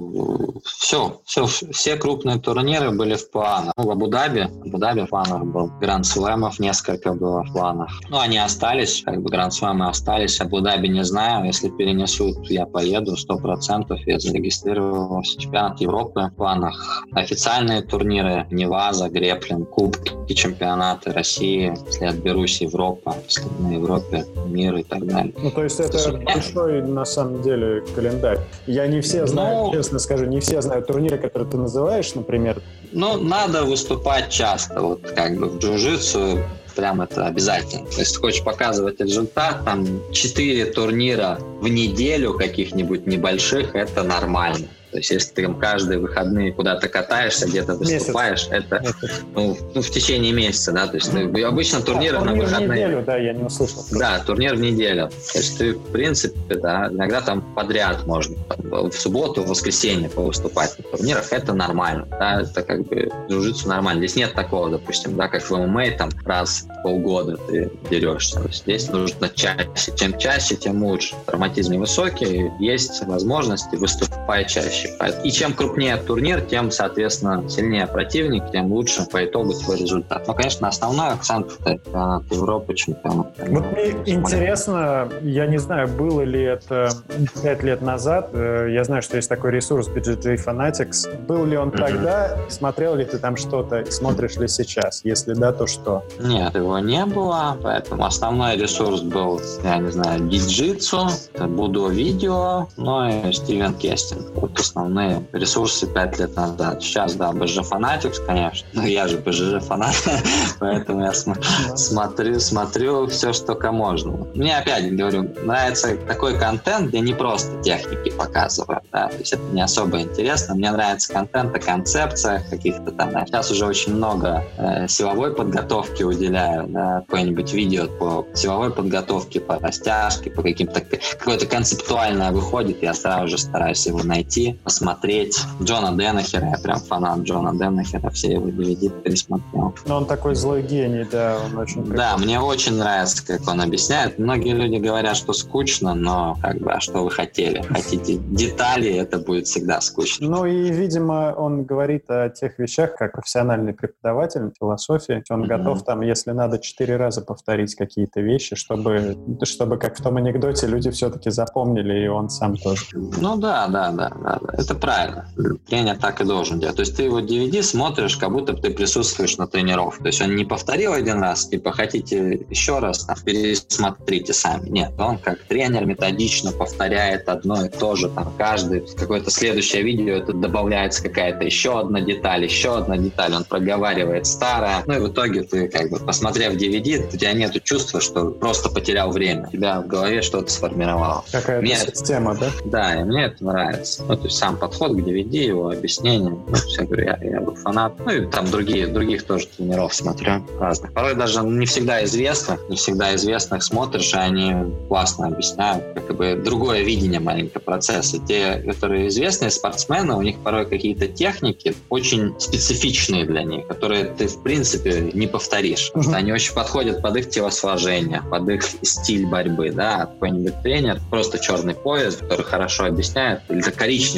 был все, все, все крупные турниры были в планах. Ну, в Абу-Даби, в Абу-Даби в планах был. Гранд-слэмов несколько было в планах. Ну, они остались, как бы гранд-слэмы остались. Абу-Даби не знаю, если перенесут, я поеду сто процентов. Я зарегистрировался. Чемпионат Европы в планах. Официальные турниры, Неваза, Греплин, Кубки, чемпионаты России, если отберусь, Европа, если на Европе, мир и так далее. Ну, то есть это Что большой, на самом деле, календарь. Я не все знаю, ну, честно скажу, не все знаю турниры, которые ты называешь, например. Ну, надо выступать часто, вот как бы в джиу-джитсу прям это обязательно. Если хочешь показывать результат, там четыре турнира в неделю каких-нибудь небольших, это нормально. То есть, если ты там каждые выходные куда-то катаешься, где-то выступаешь, Месяц. это ну, ну, в течение месяца, да, то есть ну, обычно турниры а, на турнир выходные. в неделю, да, я не услышал. Да, турнир в неделю. То есть ты, в принципе, да, иногда там подряд можно в субботу, в воскресенье повыступать на турнирах, это нормально, да, это как бы джиу-джитсу нормально. Здесь нет такого, допустим, да, как в эм эм а, там раз в полгода ты дерешься. То есть здесь нужно чаще. Чем чаще, тем лучше. Травматизм невысокий, есть возможности выступать чаще. И чем крупнее турнир, тем, соответственно, сильнее противник, тем лучше по итогу твой результат. Но, конечно, основной акцент — это чемпионат Европы, чемпионат. Вот мне интересно, я не знаю, было ли это пять лет назад, я знаю, что есть такой ресурс би джей джей Fanatics. Был ли он mm-hmm. тогда? Смотрел ли ты там что-то? Смотришь ли сейчас? Если да, то что? Нет, его не было, поэтому основной ресурс был, я не знаю, Jiu-Jitsu, Будо видео, ну и Стивен Кестинг. Вот основные ресурсы пять лет назад. Сейчас, да, би джей джей Fanatics, конечно. Ну, я же би джей джей фанат, поэтому я смотрю, смотрю все, что только можно. Мне, опять говорю, нравится такой контент, где не просто техники показывают, да, то есть это не особо интересно. Мне нравится контент о концепциях каких-то там. Сейчас уже очень много э, силовой подготовки уделяю, да, какое-нибудь видео по силовой подготовке, по растяжке, по каким-то какое-то концептуальное выходит, я сразу же стараюсь его найти, посмотреть. Джона Денахера, я прям фанат Джона Денахера, все его ди ви ди пересмотрел. Но он такой злой гений, да, он очень прикольный. Да, мне очень нравится, как он объясняет. Многие люди говорят, что скучно, но как бы, а что вы хотели? Хотите детали, это будет всегда скучно. Ну и, видимо, он говорит о тех вещах, как профессиональный преподаватель философии. Он mm-hmm. готов там, если надо, четыре раза повторить какие-то вещи, чтобы, чтобы, как в том анекдоте, люди все-таки запомнили, и он сам тоже. Ну да, да, да, да, да. Это правильно. Тренер так и должен делать. То есть ты его ди ви ди смотришь, как будто ты присутствуешь на тренировке. То есть он не повторил один раз, типа, хотите еще раз, там, пересмотрите сами. Нет, он как тренер методично повторяет одно и то же. Там каждый, какое-то следующее видео, это добавляется какая-то еще одна деталь, еще одна деталь. Он проговаривает старое. Ну и в итоге ты, как бы, посмотрев ди ви ди, у тебя нет чувства, что просто потерял время. У тебя в голове что-то сформировалось. Какая-то мне система, это, да? Да, и мне это нравится. Ну, то есть сам подход к ди ви ди, его объяснение. Ну, я говорю, я, я был фанат. Ну и там другие, других тоже тренеров смотрю. Разных. Порой даже не всегда известных, не всегда известных смотришь, и они классно объясняют, как бы другое видение маленького процесса. Те, которые известные спортсмены, у них порой какие-то техники очень специфичные для них, которые ты, в принципе, не повторишь. Потому что они очень подходят под их телосложение, под их стиль борьбы, да. Какой-нибудь тренер, просто черный пояс, который хорошо объясняет, или коричневый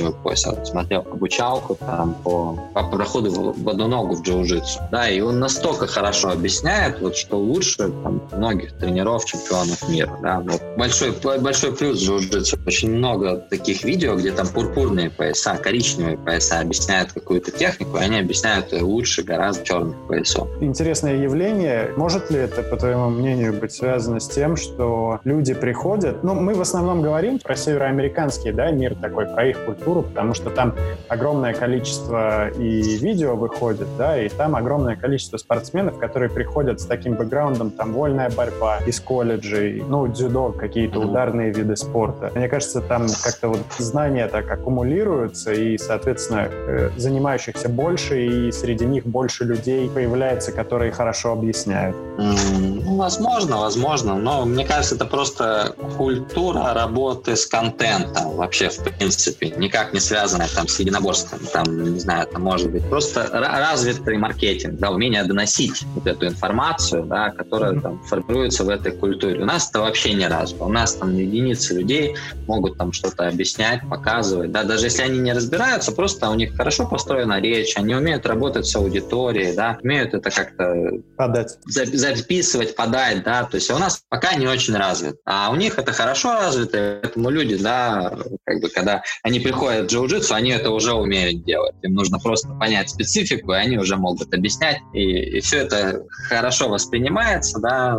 коричневый пояс, я смотрел обучалку там, по, по проходу в, в одну ногу в джиу-джитсу. Да, и он настолько хорошо объясняет, вот, что лучше там, многих тренеров, чемпионов мира. Да. Вот. Большой, большой плюс джиу-джитсу. Очень много таких видео, где там пурпурные пояса, коричневые пояса объясняют какую-то технику, и они объясняют ее лучше гораздо черных поясов. Интересное явление. Может ли это, по твоему мнению, быть связано с тем, что люди приходят... Ну, мы в основном говорим про североамериканский, да, мир такой, про их культуру, потому что там огромное количество и видео выходит, да, и там огромное количество спортсменов, которые приходят с таким бэкграундом, там, вольная борьба из колледжей, ну, дзюдо, какие-то mm-hmm. ударные виды спорта. Мне кажется, там как-то вот знания так аккумулируются, и, соответственно, занимающихся больше, и среди них больше людей появляется, которые хорошо объясняют. Mm, ну, возможно, возможно, но мне кажется, это просто культура работы с контентом вообще, в принципе, никак не связанная там с единоборством, там, не знаю, это может быть просто развитый маркетинг, да, умение доносить вот эту информацию, да, которая mm-hmm. там формируется в этой культуре. У нас это вообще не развито. У нас там единицы людей могут там что-то объяснять, показывать, да, даже если они не разбираются, просто у них хорошо построена речь, они умеют работать с аудиторией, да, умеют это как-то подать, записывать, подать, да, то есть у нас пока не очень развит, а у них это хорошо развито, поэтому люди, да, как бы, когда они приходят в джиу-джитсу, они это уже умеют делать, им нужно просто понять специфику, и они уже могут объяснять, и, и все это хорошо воспринимается, да,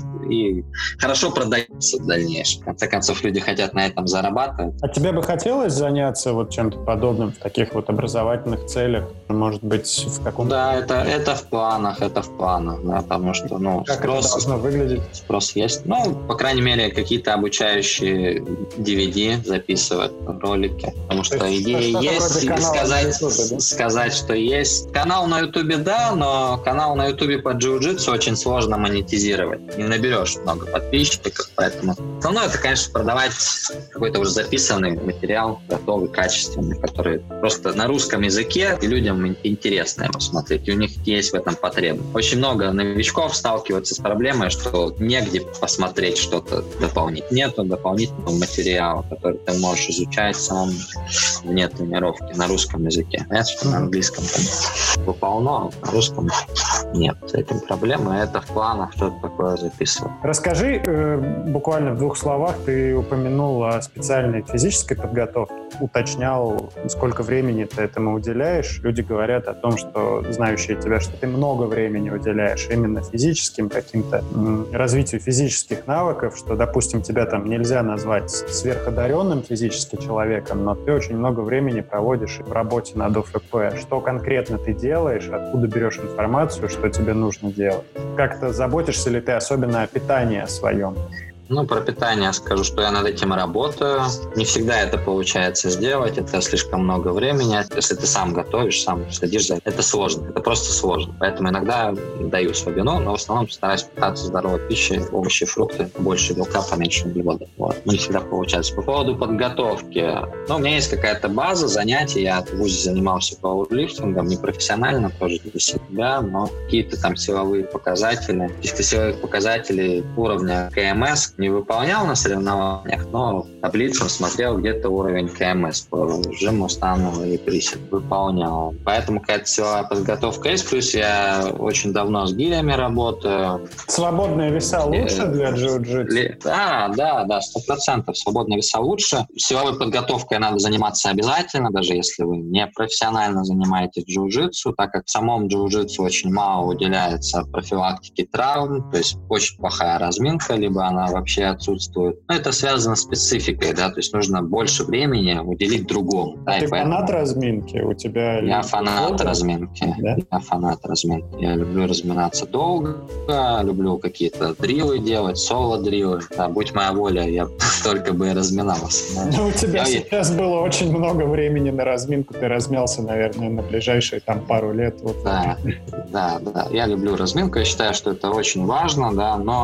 и хорошо продается в дальнейшем. В конце концов, люди хотят на этом зарабатывать. А тебе бы хотелось заняться вот чем-то подобным в таких вот образовательных целях? Может быть, в каком-то... Да, это, это в планах, это в планах, да, потому что, ну, как спрос, это должно выглядеть? Спрос есть. Ну, по крайней мере, какие-то обучающие ди ви ди записывать, ролики, потому что идея есть, и сказать, YouTube, да? сказать, что есть. Канал на Ютубе, да, но канал на Ютубе по джиу-джитсу очень сложно монетизировать. Не наберешь много подписчиков, поэтому основное это, конечно, продавать какой-то уже записанный материал, готовый, качественный, который просто на русском языке, и людям интересно его смотреть, и у них есть в этом потребность. Очень много новичков сталкиваются с проблемой, что негде посмотреть что-то дополнительное. Нету дополнительного материала, который ты можешь изучать сам вне тренировки на русском языке. Понятно, что на английском там полно, а на русском нет. С этим проблема, это в планах что-то такое записывать. Расскажи, э, буквально в двух словах, ты упомянул о специальной физической подготовке, уточнял, сколько времени ты этому уделяешь. Люди говорят о том, что, знающие тебя, что ты много времени уделяешь именно физическим каким-то м, развитию физических навыков, что, допустим, тебя там нельзя назвать сверходаренным физически человеком, но ты очень много времени проводишь в работе над о эф пэ. Что конкретно ты делаешь, откуда берешь информацию, что тебе нужно делать? Как-то заботишься ли ты особенно о питании своем? Ну, про питание скажу, что я над этим работаю. Не всегда это получается сделать, это слишком много времени. Если ты сам готовишь, сам следишь за этим, это сложно, это просто сложно. Поэтому иногда даю слабину, но в основном стараюсь питаться здоровой пищей, овощи, фрукты, больше белка, поменьше углеводов. Вот. Не всегда получается. По поводу подготовки. Ну, у меня есть какая-то база занятий. Я в вузе занимался пауэрлифтингом, не профессионально, тоже для себя, но какие-то там силовые показатели. Каких-то силовых показателей уровня ка эм эс не выполнял на соревнованиях, но таблицу смотрел, где-то уровень ка эм эс по жиму, стану и присед выполнял. Поэтому какая-то силовая подготовка есть. Плюс я очень давно с гирями работаю. Свободные веса лучше для джиу-джитсу? Да, да, да, сто процентов. Свободные веса лучше. Силовой подготовкой надо заниматься обязательно, даже если вы не профессионально занимаетесь джиу-джитсу, так как в самом джиу-джитсу очень мало уделяется профилактике травм, то есть очень плохая разминка, либо она вообще вообще отсутствует. Но это связано с спецификой, да, то есть нужно больше времени уделить другому. А да, ты поэтому... фанат разминки? У тебя... Я фанат долго? разминки. Да? Я фанат разминки. Я люблю разминаться долго, люблю какие-то дрилы делать, соло-дрилы. Да, будь моя воля, я только бы и разминался. Да. У тебя я... сейчас было очень много времени на разминку. Ты размялся, наверное, на ближайшие там пару лет. Вот. Да, да, да. Я люблю разминку. Я считаю, что это очень важно, да, но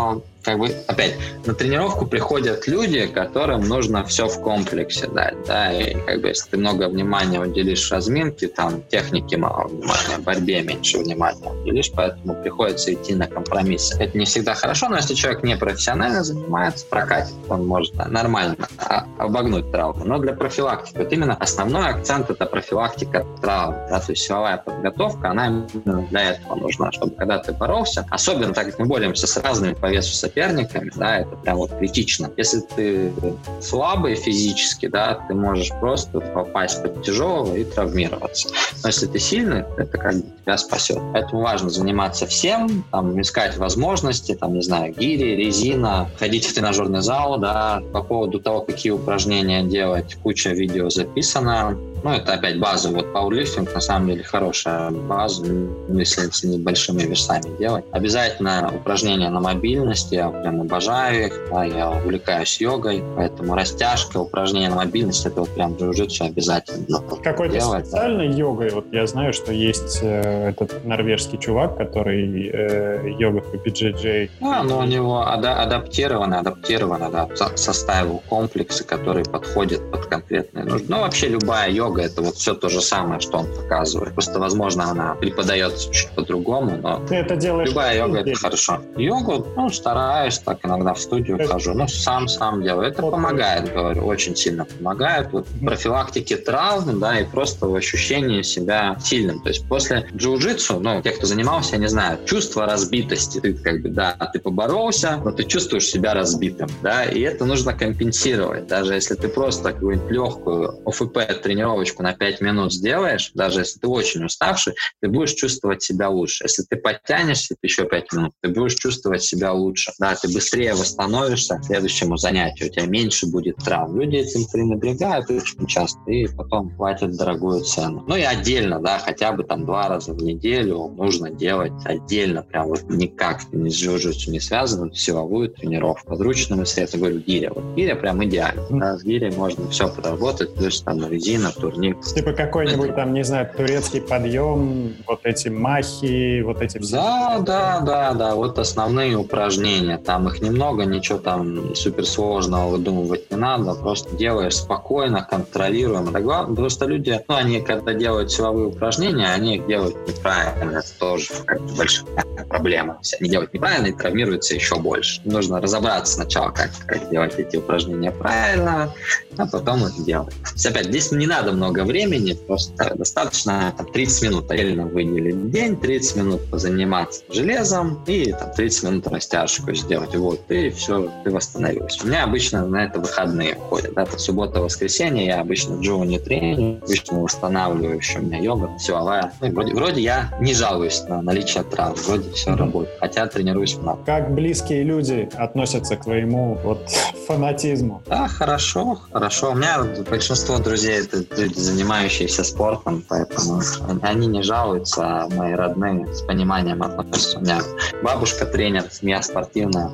как бы, опять, на тренировку приходят люди, которым нужно все в комплексе дать, да, и как бы если ты много внимания уделишь разминке, там, технике мало внимания, борьбе меньше внимания уделишь, поэтому приходится идти на компромиссы. Это не всегда хорошо, но если человек не профессионально занимается, прокатит, он может да, нормально обогнуть травму. Но для профилактики, вот именно основной акцент — это профилактика травм, да, то есть силовая подготовка, она именно для этого нужна, чтобы когда ты боролся, особенно так как мы боремся с разными по весу соперниками, да, это прям вот критично. Если ты слабый физически, да, ты можешь просто попасть под тяжелого и травмироваться. Но если ты сильный, это как бы тебя спасет. Поэтому важно заниматься всем, там, искать возможности, там, не знаю, гири, резина, ходить в тренажерный зал, да, по поводу того, какие упражнения делать, куча видео записано. Ну, это опять база. Вот пауэрлифтинг на самом деле хорошая база, если с небольшими весами делать. Обязательно упражнения на мобильность, я прям обожаю их, да, я увлекаюсь йогой, поэтому растяжка, упражнения на мобильность, это вот прям джиу-джитсу обязательно. Какой-то делать, специальной да. йогой, вот я знаю, что есть э, этот норвежский чувак, который э, йога по пи джей джей. А, ну, у него ада- адаптировано, адаптировано, да, со- составил комплексы, которые подходят под конкретные нужды. Ну, вообще любая йога, это вот все то же самое, что он показывает. Просто, возможно, она преподается чуть по-другому, но ты это делаешь любая йога — это хорошо. Йогу, ну, стараюсь, так иногда в студию это... хожу, ну, сам-сам делаю. Это вот помогает, говорю, очень сильно помогает. Вот в профилактике травм, да, и просто в ощущении себя сильным. То есть после джиу-джитсу, ну, те, кто занимался, я не знаю, чувство разбитости. Ты как бы, да, ты поборолся, но ты чувствуешь себя разбитым, да, и это нужно компенсировать. Даже если ты просто какую-нибудь легкую о эф пэ тренировочку на пять минут сделаешь, даже если ты очень уставший, ты будешь чувствовать себя лучше. Если ты подтянешься еще пять минут, ты будешь чувствовать себя лучше. Да, ты быстрее восстановишься к следующему занятию, у тебя меньше будет травм. Люди этим пренебрегают очень часто и потом платят дорогую цену. Ну и отдельно, да, хотя бы там два раза в неделю нужно делать отдельно, прям вот никак не с джиу-джитсу не связано, силовую тренировку. Подручными средствами, говорю, гиря. Вот гиря прям идеально. Да, с гирей можно все подработать, плюс там резина, турник. Типа какой-нибудь это... там, не знаю, турецкий подъем, вот эти махи, вот эти все. Да, да, да, да, вот основные упражнения. Там их немного, ничего там суперсложного выдумывать не надо, просто делаешь спокойно, контролируемо. Да, главное, просто люди, ну, они когда делают силовые упражнения, они их делают неправильно. Это тоже как бы большая проблема. Если они делают неправильно и травмируются еще больше. Нужно разобраться сначала, как, как делать эти упражнения правильно, а потом их делать. То есть, опять, здесь не надо много времени, просто достаточно там, тридцать минут отдельно выделить в день, тридцать минут позаниматься железом и там, тридцать минут растяжку сделать. Вот, и все, ты восстановился. У меня обычно на это выходные ходят. Да, по суббота-воскресенье я обычно джиу не треню, обычно восстанавливаю еще у меня йога, силовая. Ну, вроде, вроде я не жалуюсь на наличие травм, вроде все mm-hmm. работает, хотя тренируюсь много. Как близкие люди относятся к твоему вот, фанатизму? Да, хорошо, хорошо. У меня большинство друзей — это люди, занимающиеся спортом, поэтому они не жалуются, а мои родные с пониманием относятся. У меня бабушка тренер, семья спортивная.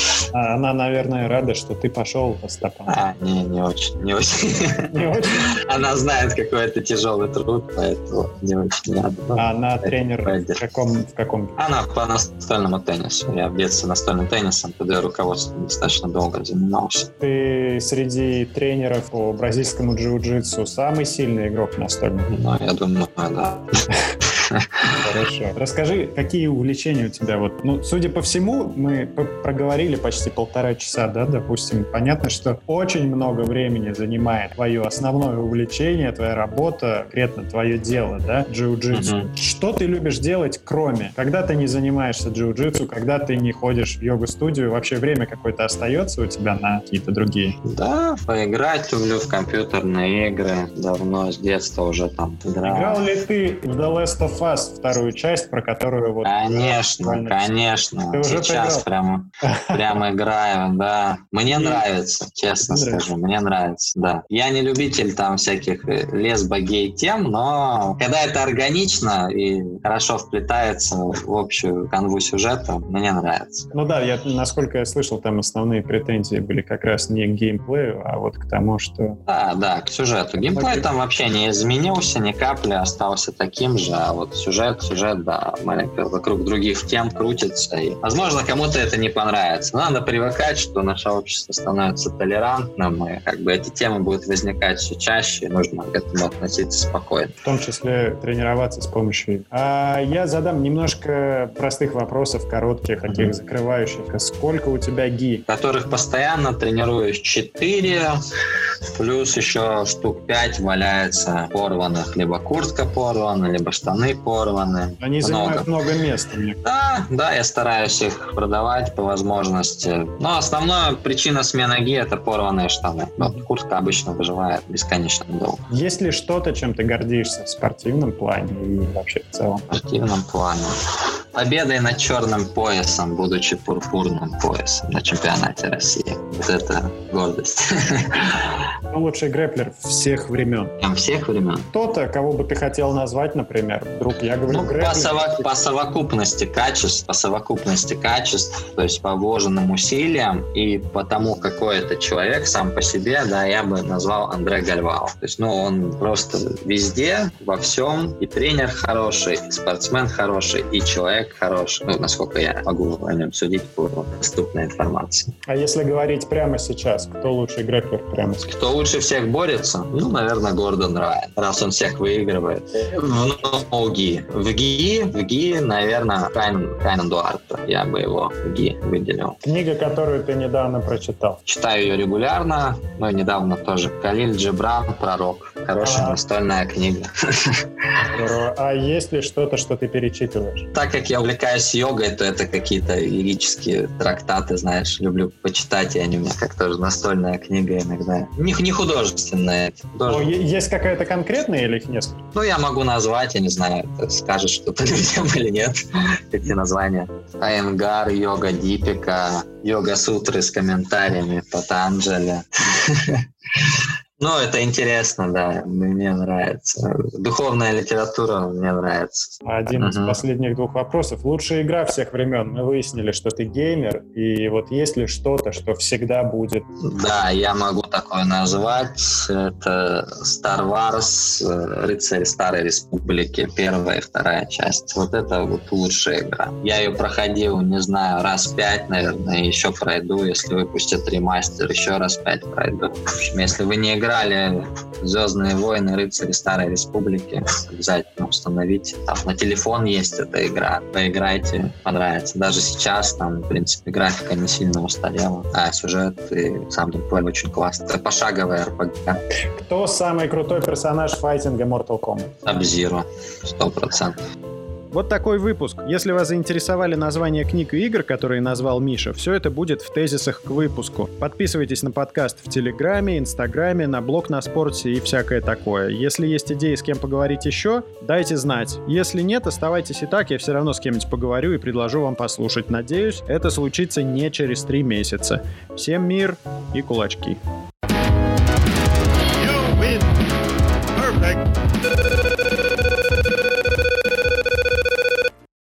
А она, наверное, рада, что ты пошел по стопам. А, не, не очень, не очень. Не очень? Она знает, какой это тяжелый труд, поэтому не очень рада. А она тренер в каком, в каком? Она по настольному теннису. Я в детстве настольным теннисом, тогда руководством достаточно долго занимался. Ты среди тренеров по бразильскому джиу-джитсу самый сильный игрок настольный? Ну, я думаю, да. Хорошо. Расскажи, какие увлечения у тебя? Вот, ну, судя по всему, мы проговорили почти полтора часа, да, допустим. Понятно, что очень много времени занимает твое основное увлечение, твоя работа, конкретно твое дело, да, джиу-джитсу. Mm-hmm. Что ты любишь делать, кроме? Когда ты не занимаешься джиу-джитсу, когда ты не ходишь в йога-студию, вообще время какое-то остается у тебя на какие-то другие? Да, поиграть люблю в компьютерные игры. Давно, с детства уже там играл. Играл ли ты в The Last of Us, вторую часть, про которую вот... Конечно, да, конечно. Ты уже сейчас прямо, прямо играю, да. Мне и... нравится, честно мне скажу, нравится. Мне нравится, да. Я не любитель там всяких лесбо-гей тем, но когда это органично и хорошо вплетается в общую канву сюжета, мне нравится. Ну да, я, насколько я слышал, там основные претензии были как раз не к геймплею, а вот к тому, что... Да, да, к сюжету. Геймплей там вообще не изменился ни капли, остался таким же, а вот вот сюжет, сюжет, да, маленько вокруг других тем крутится. И, возможно, кому-то это не понравится. Но надо привыкать, что наше общество становится толерантным, и как бы эти темы будут возникать все чаще, и нужно к этому относиться спокойно. В том числе тренироваться с помощью. А я задам немножко простых вопросов, коротких, таких mm-hmm. закрывающих. Сколько у тебя ги? Которых постоянно тренируюсь четыре, плюс еще штук пять валяется порванных. Либо куртка порвана, либо штаны порваны. Они много. занимают много места. Да, да, я стараюсь их продавать по возможности. Но основная причина смены ги — это порванные штаны. Mm-hmm. Куртка обычно выживает бесконечно долго. Есть ли что-то, чем ты гордишься в спортивном плане и вообще в целом? В спортивном плане. Победой над черным поясом, будучи пурпурным поясом на чемпионате России. Вот это гордость. Лучший грэпплер всех времен. Прям всех времен? Кто-то, кого бы ты хотел назвать, например, вдруг я говорю ну, грэпплер. По, совок- по совокупности качеств, по совокупности качеств, то есть по вложенным усилиям и по тому, какой это человек сам по себе, да, я бы назвал Андре Гальвао. То есть, ну, он просто везде, во всем, и тренер хороший, и спортсмен хороший, и человек хороший, ну, насколько я могу о нем судить по доступной информации. А если говорить прямо сейчас, кто лучший грэпплер прямо сейчас? Кто лучше всех борется? Ну, наверное, Гордон Райан, раз он всех выигрывает. В ги. В ги, в ги, наверное, Кайнан, Кайнан Дуарте. Я бы его в ги выделил. Книга, которую ты недавно прочитал? Читаю ее регулярно, ну и недавно тоже. Калиль Джибран «Пророк». Хорошая а. настольная книга. А есть ли что-то, что ты перечитываешь? Так как я увлекаюсь йогой, то это какие-то лирические трактаты, знаешь, люблю почитать, и они у меня как тоже настольная книга иногда. Не, не художественная. Ну, есть какая-то конкретная или их несколько? Ну, я могу назвать, я не знаю, ты скажешь что-то людям или нет, эти названия. Айенгар, йога Дипика, йога-сутры с комментариями Патанджали. Ну, это интересно, да, мне нравится. Духовная литература мне нравится. Один uh-huh. из последних двух вопросов. Лучшая игра всех времен. Мы выяснили, что ты геймер, и вот есть ли что-то, что всегда будет? Да, я могу такое назвать. Это Star Wars, Рыцарь Старой Республики, первая и вторая часть. Вот это вот лучшая игра. Я ее проходил, не знаю, раз пять, наверное, и еще пройду. Если выпустят ремастер, еще раз пять пройду. В общем, если вы не играете играли «Звездные войны», «Рыцари Старой Республики», обязательно установите. Там на телефон есть эта игра. Поиграйте, понравится. Даже сейчас там, в принципе, графика не сильно устарела. А сюжет и сам геймплей очень классный. Это пошаговый эр пи джи. Кто самый крутой персонаж файтинга Mortal Kombat? Sub-Zero. Сто процентов. Вот такой выпуск. Если вас заинтересовали названия книг и игр, которые назвал Миша, все это будет в тезисах к выпуску. Подписывайтесь на подкаст в Телеграме, Инстаграме, на блог на Спорте и всякое такое. Если есть идеи, с кем поговорить еще, дайте знать. Если нет, оставайтесь и так, я все равно с кем-нибудь поговорю и предложу вам послушать. Надеюсь, это случится не через три месяца. Всем мир и кулачки.